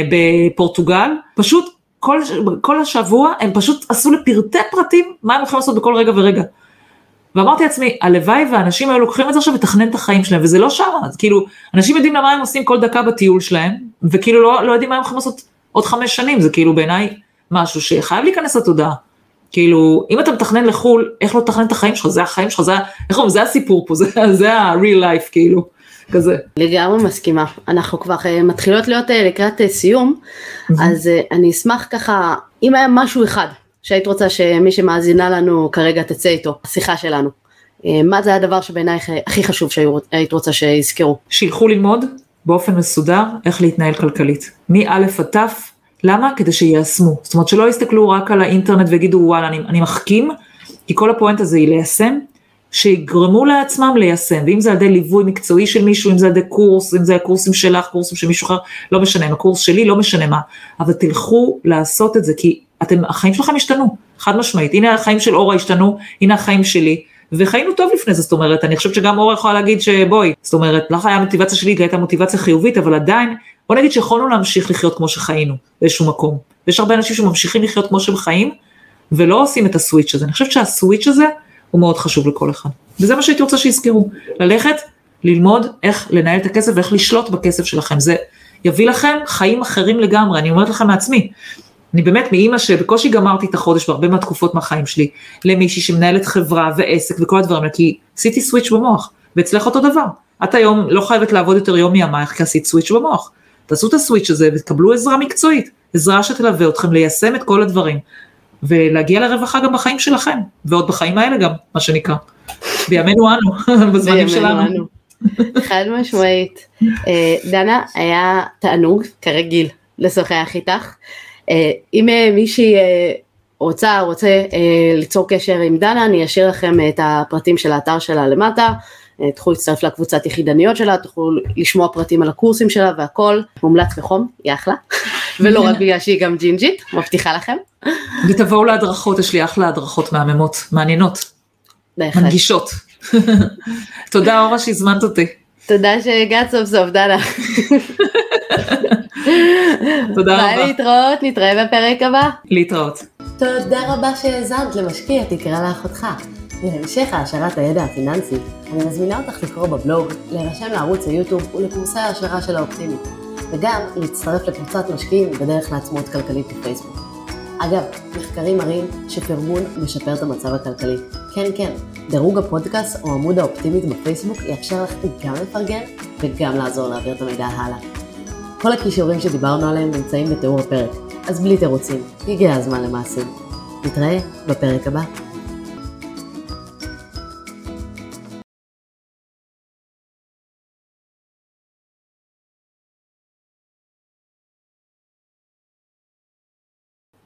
בפורטוגל, פשוט כל, כל השבוע הם פשוט עשו לפרטי פרטים, מה הם הולכים לעשות בכל רגע ורגע. ואמרתי לעצמי, הלוואי והאנשים האלה לוקחים את זה עכשיו ותכנן את החיים שלהם, וזה לא שם, אז כאילו, אנשים יודעים למה הם עושים כל דקה בטיול שלהם, וכאילו לא, לא יודעים מה הם הולכים לעשות עוד חמש שנים, זה כאילו בעיניי משהו שחייב להיכנס לתודעה. כאילו, אם אתה מתכנן לחול, איך לא תכנן את החיים שלך, זה החיים שלך, זה, איך אומרים, זה הסיפור פה, זה, זה ה-real life, כאילו, כזה. לגמרי מסכימה, אנחנו כבר מתחילות להיות לקראת סיום, אז אני אשמח ככה, אם היה משהו אחד, שהיית רוצה שמי שמאזינה לנו כרגע תצא איתו, השיחה שלנו, מה זה הדבר שבעינייך הכי חשוב שהיית רוצה שיזכרו? שילכו ללמוד באופן מסודר איך להתנהל כלכלית, מא' עד ת', למה? כדי שיישמו, זאת אומרת שלא יסתכלו רק על האינטרנט ויגידו וואלה אני, אני מחכים, כי כל הפואנט הזה היא ליישם, שיגרמו לעצמם ליישם, ואם זה על ידי ליווי מקצועי של מישהו, אם זה על ידי קורס, אם זה הקורסים שלך, קורסים של מישהו אחר, לא משנה, אם הקורס שלי לא משנה מה, אבל תלכו לעשות את זה, כי אתם, החיים שלכם השתנו, חד משמעית, הנה החיים של אורה השתנו, הנה החיים שלי, וחיינו טוב לפני זה, זאת אומרת, אני חושבת שגם אורה יכולה להגיד שבואי, זאת אומרת, לך היה מוטיבציה שלי, הייתה מוטיבציה חיובית, אבל עדיין, בוא נגיד שיכולנו להמשיך לחיות כמו שחיינו, באיזשהו מקום, ויש הרבה אנשים שממשיכים לחיות כמו שהם חיים, ולא עושים את הסוויץ' הזה, אני חושבת שהסוויץ' הזה, הוא מאוד חשוב לכל אחד, וזה מה שהייתי רוצה שיזכרו, ללכת, ללמוד איך לנהל את הכסף, ואיך לשלוט בכסף שלכם, זה יביא לכם חיים אחרים לגמרי, אני אומרת לכם מעצמי, אני באמת מאמא שבקושי גמרתי את החודש בהרבה מהתקופות מהחיים שלי, למישהי שמנהלת חברה ועסק וכל הדברים, כי עשיתי סוויץ' במוח, ואצלך אותו דבר, את היום לא חייבת לעבוד יותר יום מימייך, כי עשית סוויץ' במוח, תעשו את הסוויץ' הזה ותקבלו עזרה מקצועית, עזרה שתלווה אתכם ליישם את כל הדברים, ולהגיע לרווחה גם בחיים שלכם, ועוד בחיים האלה גם, מה שנקרא, בימינו אנו, בזמנים שלנו. חד משמעית. דנה, היה תענוג, כרגיל, לשוחח איתך, אם מישהי רוצה, רוצה ליצור קשר עם דנה, אני אשאיר לכם את הפרטים של האתר שלה למטה, תוכלו להצטרף לקבוצת יחידניות שלה, תוכלו לשמוע פרטים על הקורסים שלה והכל, מומלץ בחום, היא אחלה, ולא רק בגלל שהיא גם ג'ינג'ית, מבטיחה לכם. ותבואו להדרכות, יש לי אחלה הדרכות מהממות, מעניינות, מנגישות. תודה אורה שהזמנת אותי. תודה שהגעת סוף סוף, דנה. תודה רבה. ביי, להתראות, נתראה בפרק הבא. להתראות. תודה רבה שהאזנת למשקיע תקרא לאחותך. להמשך העשרת הידע הפיננסי, אני מזמינה אותך לקרוא בבלוג, להירשם לערוץ היוטיוב ולקורסי ההשערה של האופטימית, וגם להצטרף לקבוצת משקיעים בדרך לעצמאות כלכלית בפייסבוק. אגב, מחקרים מראים שפרגון משפר את המצב הכלכלי. כן, כן, דירוג הפודקאסט או עמוד האופטימית בפייסבוק יאפשר לך גם לפרגן וגם לעזור להעביר את המידע הלאה. כל הכישורים שדיברנו עליהם נמצאים בתיאור הפרק, אז בלי תירוצים, הגיע הזמן למעשים. נתראה בפרק הבא.